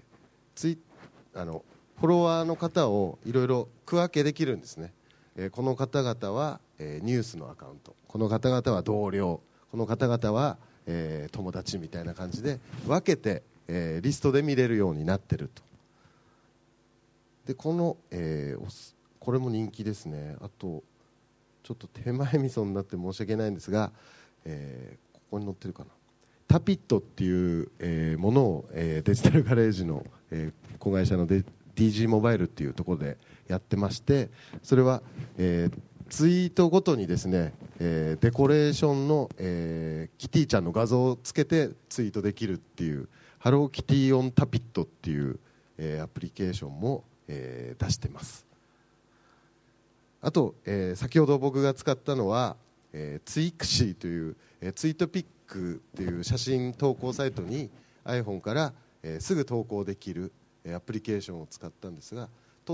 ロワーの方をいろいろ区分けできるんですね。この方々は、ニュースのアカウント、この方々は同僚、この方々は、友達みたいな感じで分けて、リストで見れるようになってると。でこれも人気ですね。あとちょっと手前味噌になって申し訳ないんですが、ここに載ってるかな、タピットっていう、ものを、デジタルガレージの、子会社のDG モバイルっていうところでやってまして、それは、ツイートごとにですね、デコレーションの、キティちゃんの画像をつけてツイートできるっていうハローキティオンタピットっていう、アプリケーションも、出してます。あと、先ほど僕が使ったのは、 ツイクシーという、ツイートピックっていう写真投稿サイトに iPhone から、すぐ投稿できる、アプリケーションを使ったんですが、撮って、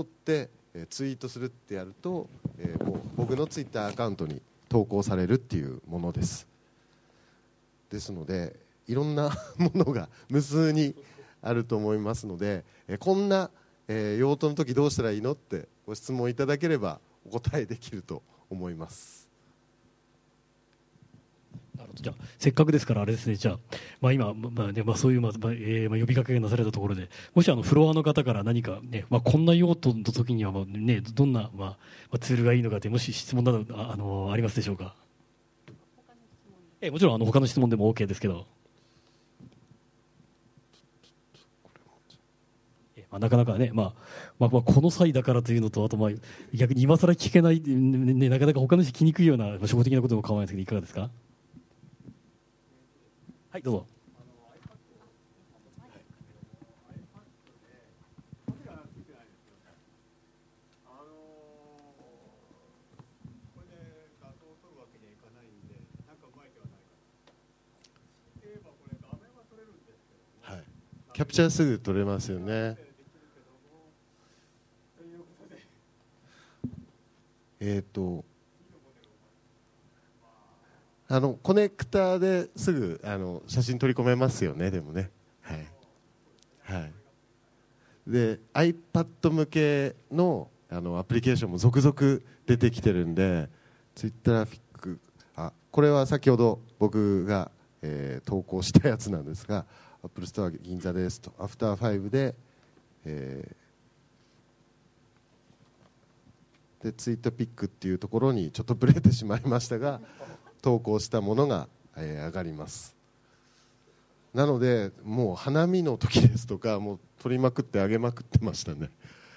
ツイートするってやると、もう僕のツイッターアカウントに投稿されるっていうものです。ですのでいろんなものが無数にあると思いますので、こんな、用途の時どうしたらいいのってご質問いただければお答えできると思います。 なるほど。じゃあせっかくですからあれですね、じゃあ、今、そういう、呼びかけがなされたところで、もしフロアの方から何か、ね、こんな用途の時には、ね、どんな、ツールがいいのかって、もし質問など ありますでしょうか。もちろん他の質問でも OK ですけど、なかなかね、この際だからというのと、あと逆に今更聞けない、ね、なかなか他の人聞きにくいような初歩的なことでも構わないですけど、いかがですか。はい、どうぞ。 キャプチャーすぐ撮れますよね。コネクターですぐ写真取り込めますよね。でもね、はい、で iPad 向けのアプリケーションも続々出てきてるんで、ツイッターフィック、これは先ほど僕が、投稿したやつなんですが、アップルストア銀座ですと、アフター5で、でツイートピックっていうところにちょっとブレてしまいましたが、投稿したものが、上がります。なのでもう花見の時ですとか、もう撮りまくって上げまくってましたね。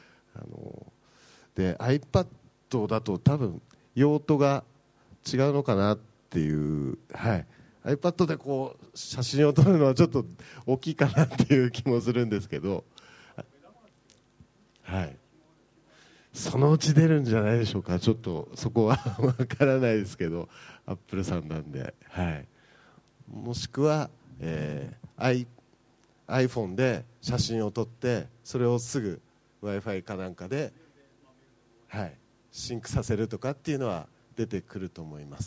で iPad だと多分用途が違うのかなっていう、iPad でこう写真を撮るのはちょっと大きいかなっていう気もするんですけど、そのうち出るんじゃないでしょうか。ちょっとそこはわからないですけど、アップルさんなんで、もしくは、iPhone で写真を撮ってそれをすぐ Wi-Fi かなんかで、シンクさせるとかっていうのは出てくると思います。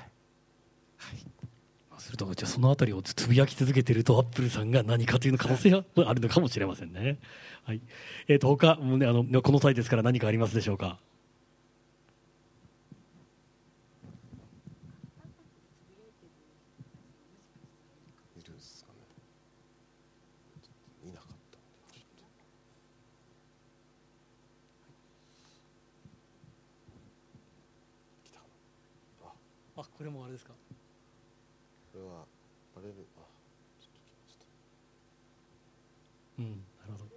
すると、じゃあそのあたりをつぶやき続けていると、アップルさんが何かという可能性があるのかもしれませんね。他もね、この際ですから何かありますでしょうか。 いるんですかね。見なかったんでちょっと来たかな。 これもあれですか。 これはバレる。ちょっと来ました。 なるほど。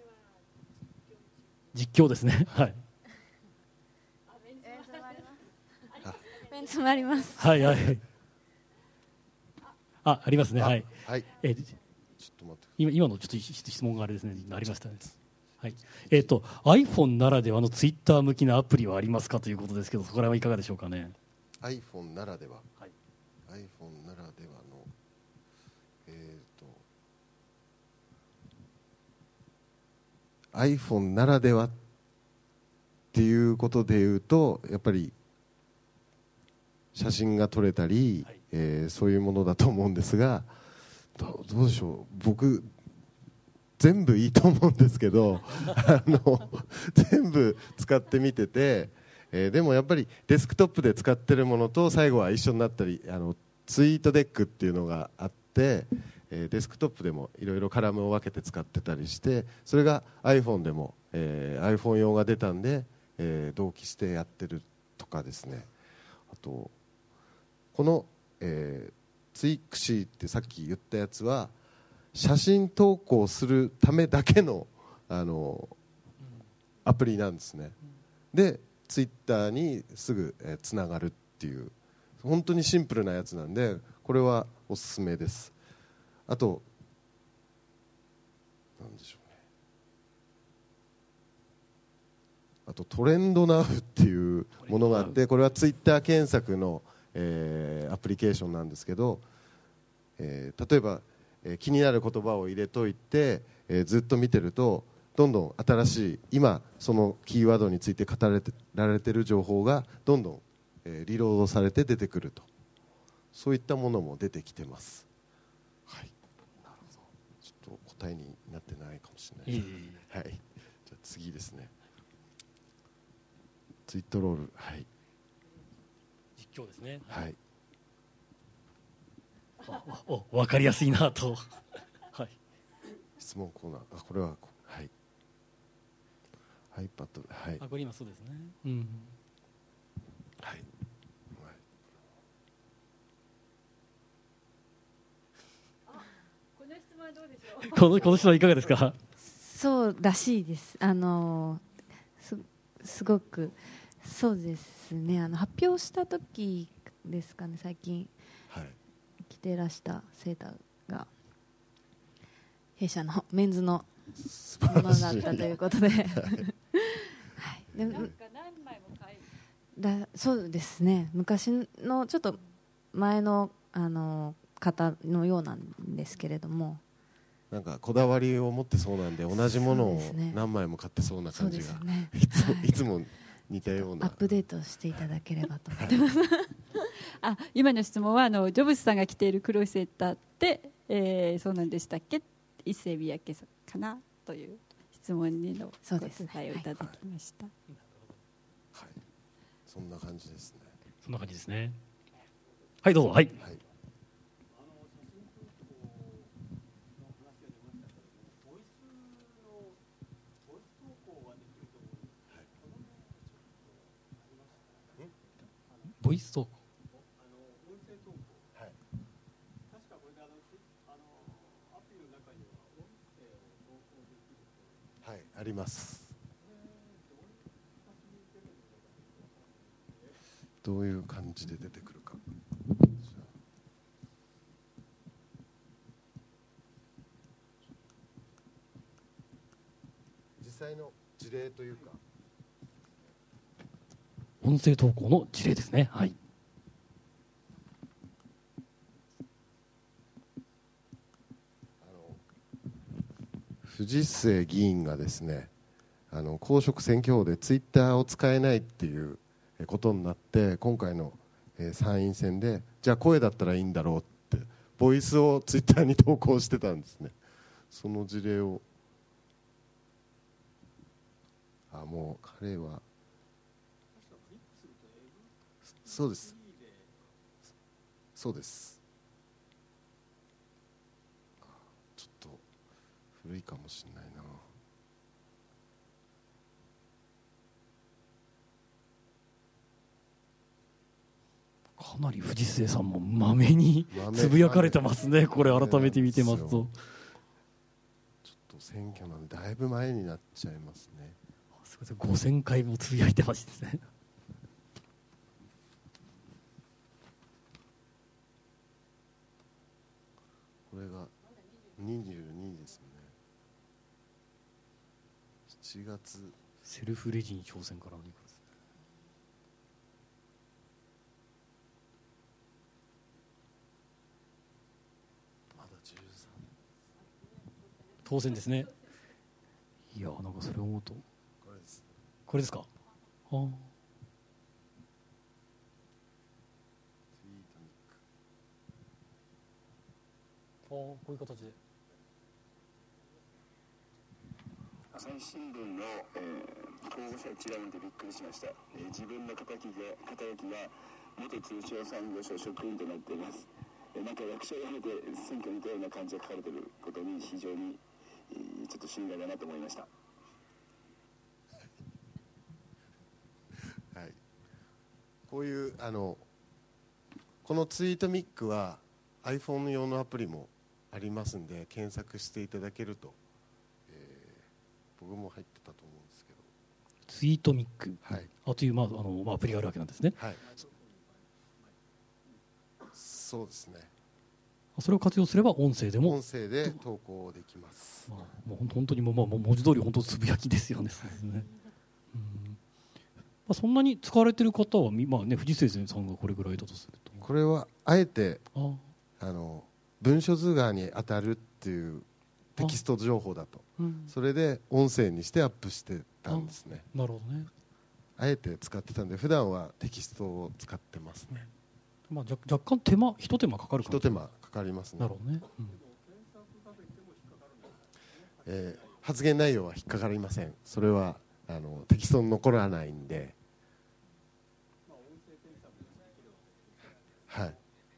実況ですね。 メンツもあります。 ありますね。ちょっと待って。 今のちょっと質問があれですね。ありましたね。iPhone ならではのツイッター向きなアプリはありますかということですけど、そこら辺はいかがでしょうかね。 iPhone ならでは、iPhone ならではの、iPhone ならではっていうことでいうと、やっぱり写真が撮れたり、そういうものだと思うんですが、どうでしょう。僕全部いいと思うんですけど全部使ってみてて、でもやっぱりデスクトップで使ってるものと最後は一緒になったり、ツイートデックっていうのがあって、デスクトップでもいろいろカラムを分けて使ってたりして、それが iPhone でも、iPhone 用が出たんで、同期してやってるとかですね。あとこの、ツイクシーってさっき言ったやつは写真投稿するためだけの、アプリなんですね。でツイッターにすぐつながるっていう本当にシンプルなやつなんで、これはおすすめです。あとなんでしょうね、あとトレンドナウっていうものがあって、これはツイッター検索の、 アプリケーションなんですけど、例えば、気になる言葉を入れといて、ずっと見てるとどんどん新しい今そのキーワードについて語られている情報がどんどん、リロードされて出てくると、そういったものも出てきてます。はい、なるほど。ちょっと答えになってないかもしれないです、はい、じゃあ次ですね。ツイートロール、はい、 実況ですね。 はい、 分かりやすいなとはい、 質問コーナー、これは、はい、iPad、はい、 これ今そうですね、うん、 はい、 この質問はどうでしょう。 この質問はいかがですか。 そうらしいです。すごくそうですね。発表した時ですかね、最近、 はい、 着てらしたセーターが弊社のメンズのものだったということで、はい、でなんか何枚も買いそうですね。昔のちょっと前の方のようなんですけれども、 なんかこだわりを持ってそうなんで、同じものを何枚も買ってそうな感じが、 ね、 いつも似たような、 アップデートしていただければと思ってます、 はい、今の質問はジョブズさんが着ている黒いセーターって、そうなんでしたっけ、一世三宅さんかなという質問にのお答えをいただきました。 はい、そんな感じですね。 そんな感じですね。はい、どうぞ。はい、はい、ボイス投稿、 音声投稿、はい、確かこれでアプリの中には音声を投稿できると、はい、あります。どういう感じで出てくるか。実際の事例というか、 音声投稿の事例ですね。はい。 藤末議員がですね、公職選挙法でツイッターを使えないっていうことになって、今回の参院選でじゃあ声だったらいいんだろうってボイスをツイッターに投稿してたんですね。その事例を、もう彼はそうです、そうです、ちょっと古いかもしれないな。 かなり藤末さんもまめにつぶやかれてますね。これ改めて見てますと、ちょっと選挙なんでだいぶ前になっちゃいますね。 すみません、5000回もつぶやいてますね。 これが22ですよね。7月セルフレジに挑戦から2個ですね。 まだ13 当選ですね。いや、なんかそれを思うとこれです、 これですか。こういう形で朝日新聞の、候補者一覧でびっくりしました。自分の肩書きが元通商産業省職員となっています。なんか役所を辞めて選挙に出たような感じが書かれていることに非常に、ちょっと心外だなと思いました。 はい、こういうこのツイートミックは iPhone 用のアプリもありますんで検索していただけると、僕も入ってたと思うんですけど、 ツイートミック、 はい、 という、アプリがあるわけなんですね。 はい、そうですね。 それを活用すれば音声でも音声で投稿できます。 もう本当にもう文字通り本当つぶやきですよね。そうですね。 そんなに使われている方は、まあね、藤末さんがこれぐらいだとすると、 これはあえてあ文書図画に当たるっていうテキスト情報だと、それで音声にしてアップしてたんですね。 なるほどね。 あえて使ってたんで、普段はテキストを使ってますね。 まあ、若干一手間かかるかも。 一手間かかりますね。 なるほどね。 発言内容は引っかかりません。それはテキストに残らないんで、はい。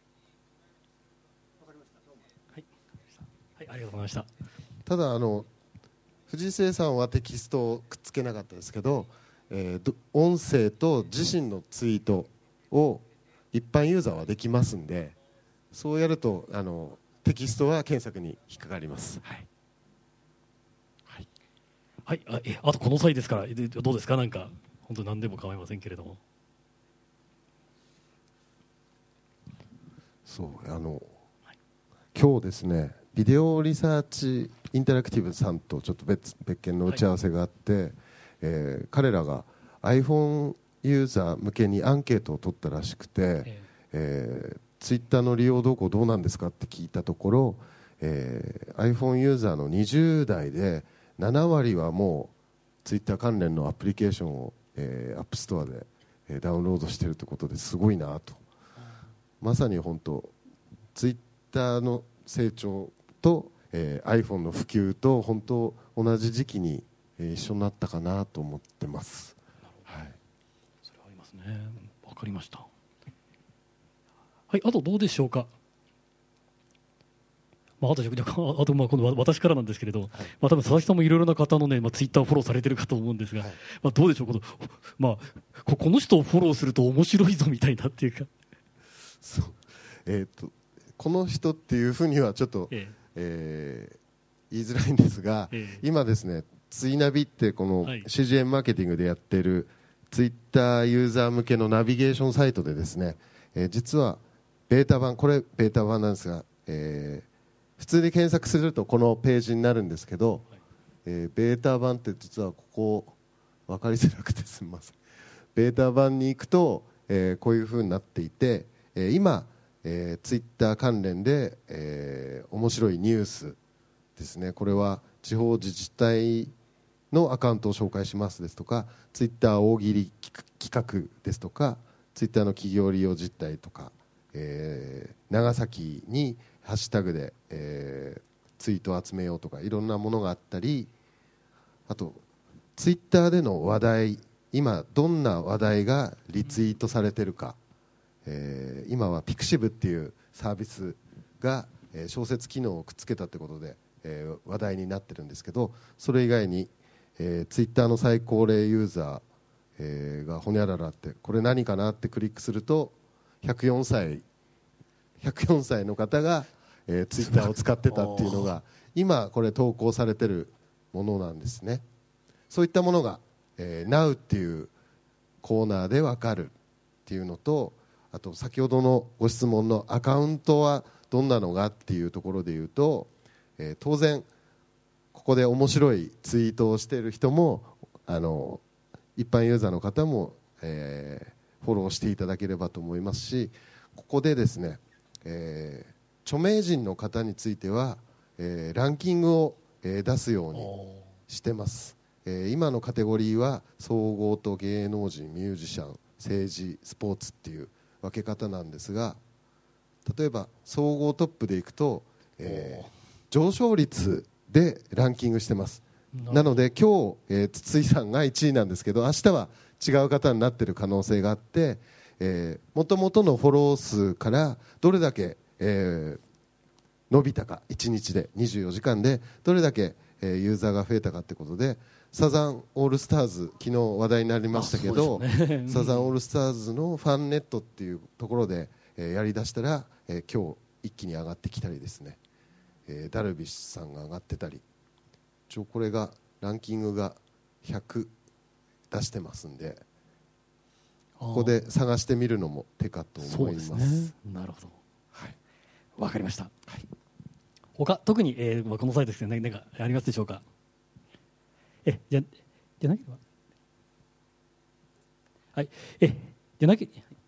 はい、ありがとうございました。 ただ藤末さんはテキストをくっつけなかったですけど、音声と自身のツイートを一般ユーザーはできますんで、そうやるとテキストは検索に引っかかります。はいはい、あとこの際ですからどうですか、なんか本当に何でも構いませんけれども。 そう今日ですね、ビデオリサーチインタラクティブさんとちょっと別件の打ち合わせがあって、彼らが iPhone ユーザー向けにアンケートを取ったらしくて、ツイッターの利用動向どうなんですかって聞いたところ、iPhone ユーザーの20代で7割はもうツイッター関連のアプリケーションを、アップストアで、ダウンロードしているということですごいなと。まさに本当ツイッターの成長と、iPhone の普及と本当同じ時期に、一緒になったかなと思ってます。はい、 それはありますね。わかりました。はい、あとどうでしょうか。あと今度私からなんですけれど、多分佐々木さんもいろいろな方のね、ツイッターをフォローされてるかと思うんですが、どうでしょう、この人をフォローすると面白いぞみたいなっていうか、 そう、この人っていうふうにはちょっと、言いづらいんですが、今ですね、ツイナビってこの CGM マーケティングでやってるツイッターユーザー向けのナビゲーションサイトでですね、実はベータ版、これベータ版なんですが、普通に検索するとこのページになるんですけど、ベータ版って実はここ分かりづらくてすみません。ベータ版に行くと、こういう風になっていて、今、ツイッター関連で、面白いニュースですね、これは地方自治体のアカウントを紹介しますですとか、ツイッター大喜利企画ですとか、ツイッターの企業利用実態とか、長崎にハッシュタグで、ツイートを集めようとかいろんなものがあったり、あとツイッターでの話題、今どんな話題がリツイートされてるか、今はピクシブっていうサービスが、小説機能をくっつけたってことで、話題になってるんですけど、それ以外に、ツイッターの最高齢ユーザー、がほにゃららって、これ何かなってクリックすると104歳の方が、ツイッターを使ってたっていうのが今これ投稿されてるものなんですね。そういったものが、Now っていうコーナーで分かるっていうのと、あと先ほどのご質問のアカウントはどんなのがっていうところで言うと、当然ここで面白いツイートをしている人も一般ユーザーの方も、フォローしていただければと思いますし、ここでですね、著名人の方については、ランキングを、出すようにしてます。今のカテゴリーは総合と芸能人、ミュージシャン、政治、スポーツっていう分け方なんですが、例えば総合トップでいくと、上昇率でランキングしてます。なので今日、筒井さんが1位なんですけど、明日は違う方になっている可能性があって、もともとのフォロー数からどれだけ、伸びたか、1日で24時間でどれだけ、ユーザーが増えたかということで、サザンオールスターズ、昨日話題になりましたけど、サザンオールスターズのファンネットっていうところで、やりだしたら、今日一気に上がってきたりですね、ダルビッシュさんが上がってたり、これがランキングが100出してますんで、ここで探してみるのも手かと思います。 そうですね、なるほど、はい、わかりました。はい、他特に、この際ですね、何かありますでしょうか。じゃなければはい、でなき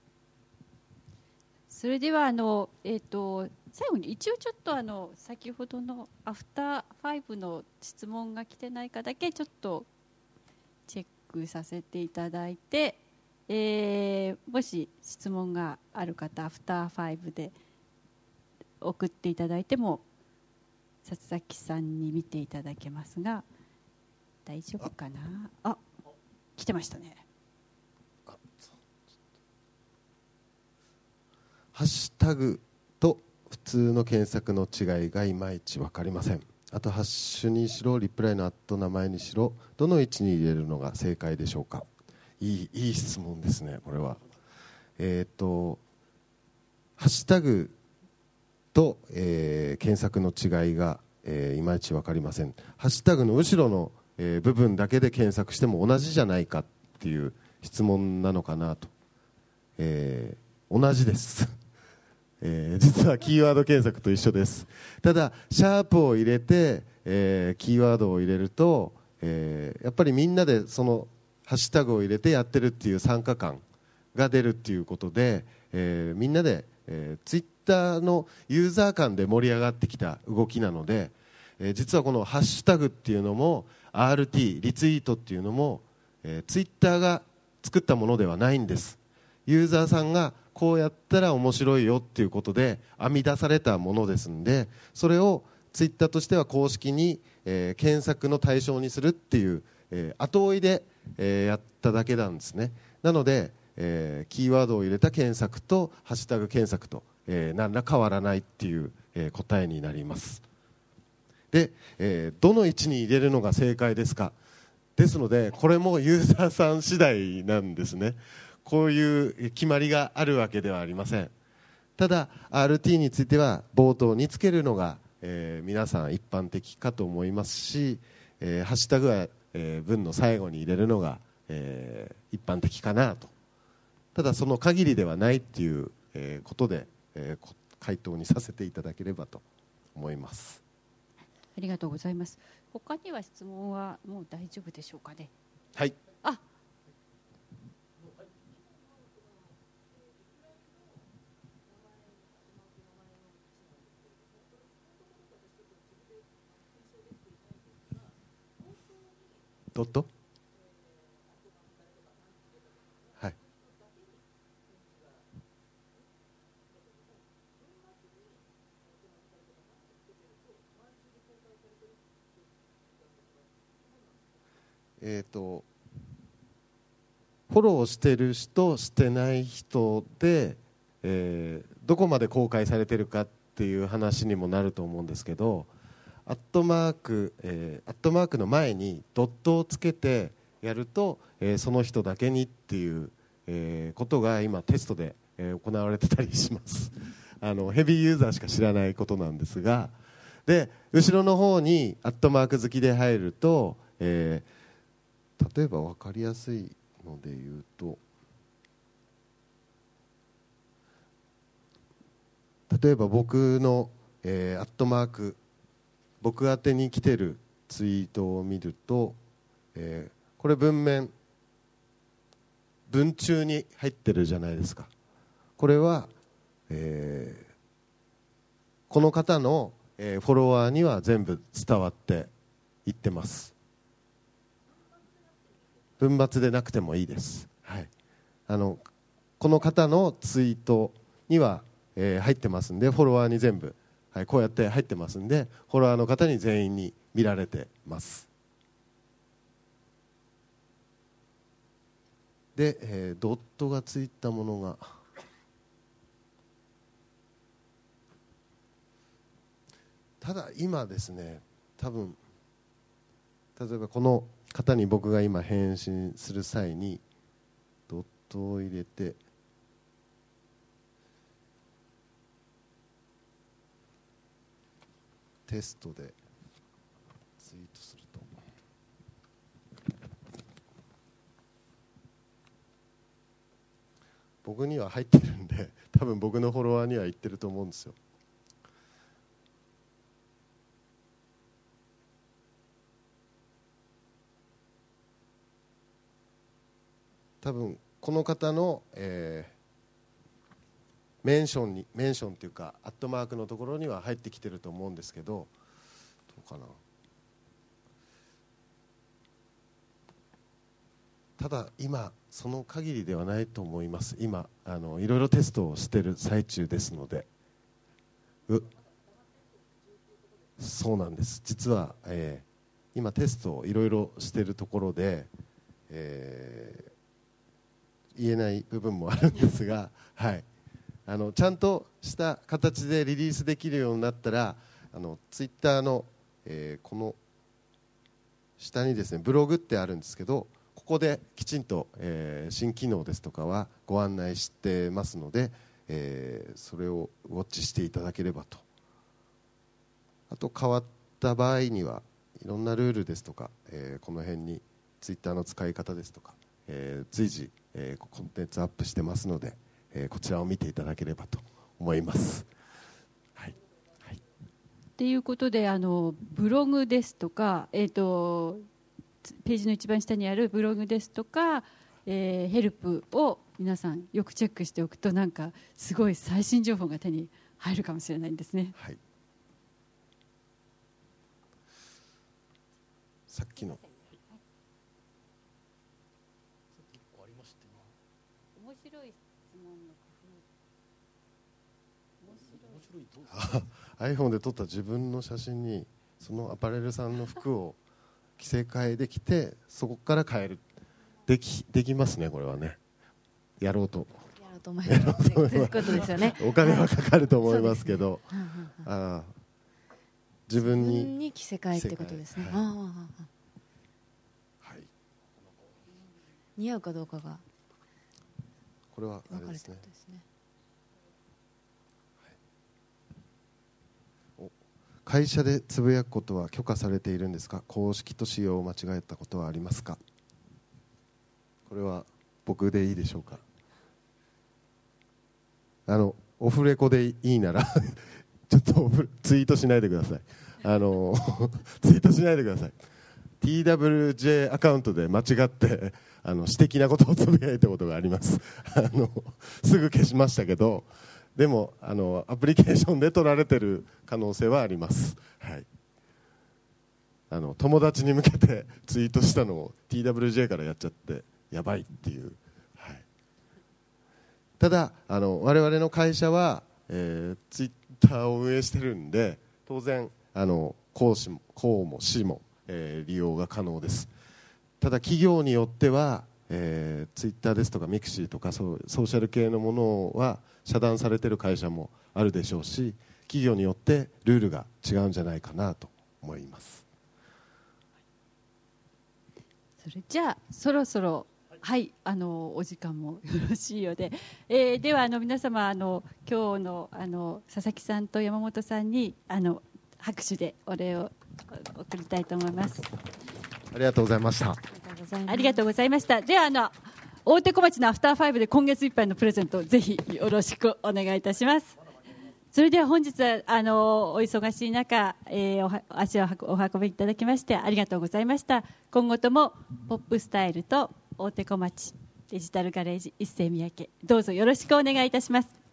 それでは最後に一応ちょっと先ほどのアフター5の質問が来てないかだけちょっとチェックさせていただいて、もし質問がある方アフター5で送っていただいても佐々木さんに見ていただけますが大丈夫かな。あ、来てましたね。 ハッシュタグと普通の検索の違いがいまいち分かりません。あとハッシュにしろリプライの名前にしろどの位置に入れるのが正解でしょうか。いい質問ですね。これはハッシュタグと、検索の違いが、いまいち分かりません。ハッシュタグの後ろの、部分だけで検索しても同じじゃないかっていう質問なのかなと、同じです実はキーワード検索と一緒です。ただシャープを入れて、キーワードを入れると、やっぱりみんなでそのハッシュタグを入れてやってるっていう参加感が出るっていうことで、みんなで、ツイッターのユーザー間で盛り上がってきた動きなので、実はこのハッシュタグっていうのも RT リツイートっていうのも、ツイッターが作ったものではないんです。ユーザーさんがこうやったら面白いよっていうことで編み出されたものですので、それをツイッターとしては公式に、検索の対象にするっていう、後追いで、やっただけなんですね。なので、キーワードを入れた検索とハッシュタグ検索と、何ら変わらないっていう、答えになります。で、どの位置に入れるのが正解ですか。ですのでこれもユーザーさん次第なんですね。こういう決まりがあるわけではありません。ただ RT については冒頭につけるのが、皆さん一般的かと思いますし、ハッシュタグは、文の最後に入れるのが、一般的かなと。ただその限りではないっていう、ことで、回答にさせていただければと思います。 ありがとうございます。他には質問はもう大丈夫でしょうかね。 はい。 あ、 ドット、はい。フォローしてる人してない人で、どこまで公開されてるかっていう話にもなると思うんですけど、アットマークの前にドットをつけてやると、その人だけにっていう、ことが今テストで、行われてたりします。ヘビーユーザーしか知らないことなんですが、で後ろの方にアットマーク付きで入ると、例えば分かりやすいので言うと、例えば僕の、アットマーク僕宛てに来てるツイートを見ると、これ文中に入ってるじゃないですか。これは、この方の、フォロワーには全部伝わっていってます。文末でなくてもいいです、はい、この方のツイートには、入ってますんで、フォロワーに全部、はい、こうやって入ってますんで、フォロワーの方に全員に見られてます。で、ドットがついたものがただ今ですね、多分例えばこの方に僕が今返信する際にドットを入れてテストでツイートすると、僕には入ってるんで、多分僕のフォロワーには行ってると思うんですよ。多分この方の、メンションというかアットマークのところには入ってきてると思うんですけど、どうかな。ただ今その限りではないと思います。今いろいろテストをしている最中ですので。そうなんです。実は、今テストをいろいろしているところで、言えない部分もあるんですが、はい、ちゃんとした形でリリースできるようになったらツイッターの、この下にですねブログってあるんですけど、ここできちんと、新機能ですとかはご案内してますので、それをウォッチしていただければと。あと変わった場合にはいろんなルールですとか、この辺にツイッターの使い方ですとか、随時、コンテンツアップしてますので、こちらを見ていただければと思います。はいはい、 ということでブログですとか、ページの一番下にあるブログですとか、ヘルプを皆さんよくチェックしておくと、なんかすごい最新情報が手に入るかもしれないんですね。 はい、さっきの面白い質問の iPhone で撮った自分の写真にそのアパレルさんの服を着せ替えできて、そこから変える、できますね。これはね、やろうと思いますということですよね。 お金はかかると思いますけど、自分に着せ替えってことですね。 はい、 似合うかどうかがこれはあ分かるれですね。 ってことですね。 会社でつぶやくことは許可されているんですか。公式と仕様を間違えたことはありますか。これは僕でいいでしょうか。オフレコでいいならちょっとツイートしないでください。ツイートしないでください。 TWJ アカウントで間違って私的なことをつぶやいたことがあります。すぐ消しましたけど、でもアプリケーションで取られてる可能性はあります。はい、友達に向けてツイートしたのを TWJ からやっちゃってやばいっていう。はい、ただ我々の会社は、ツイッターを運営してるんで、当然公も私も、利用が可能です。ただ企業によってはツイッターですとかミクシーとかソーシャル系のものは遮断されている会社もあるでしょうし、企業によってルールが違うんじゃないかなと思います。 それじゃあそろそろ、はい、お時間もよろしいようで、では皆様今日の佐々木さんと山本さんに拍手でお礼を送りたいと思います。 ありがとうございました。 ありがとうございました。では大手小町のアフターファイブで今月いっぱいのプレゼントをぜひよろしくお願いいたします。それでは本日はお忙しい中、足をお運びいただきましてありがとうございました。今後ともポップスタイルと大手小町デジタルガレージ一世三宅、どうぞよろしくお願いいたします。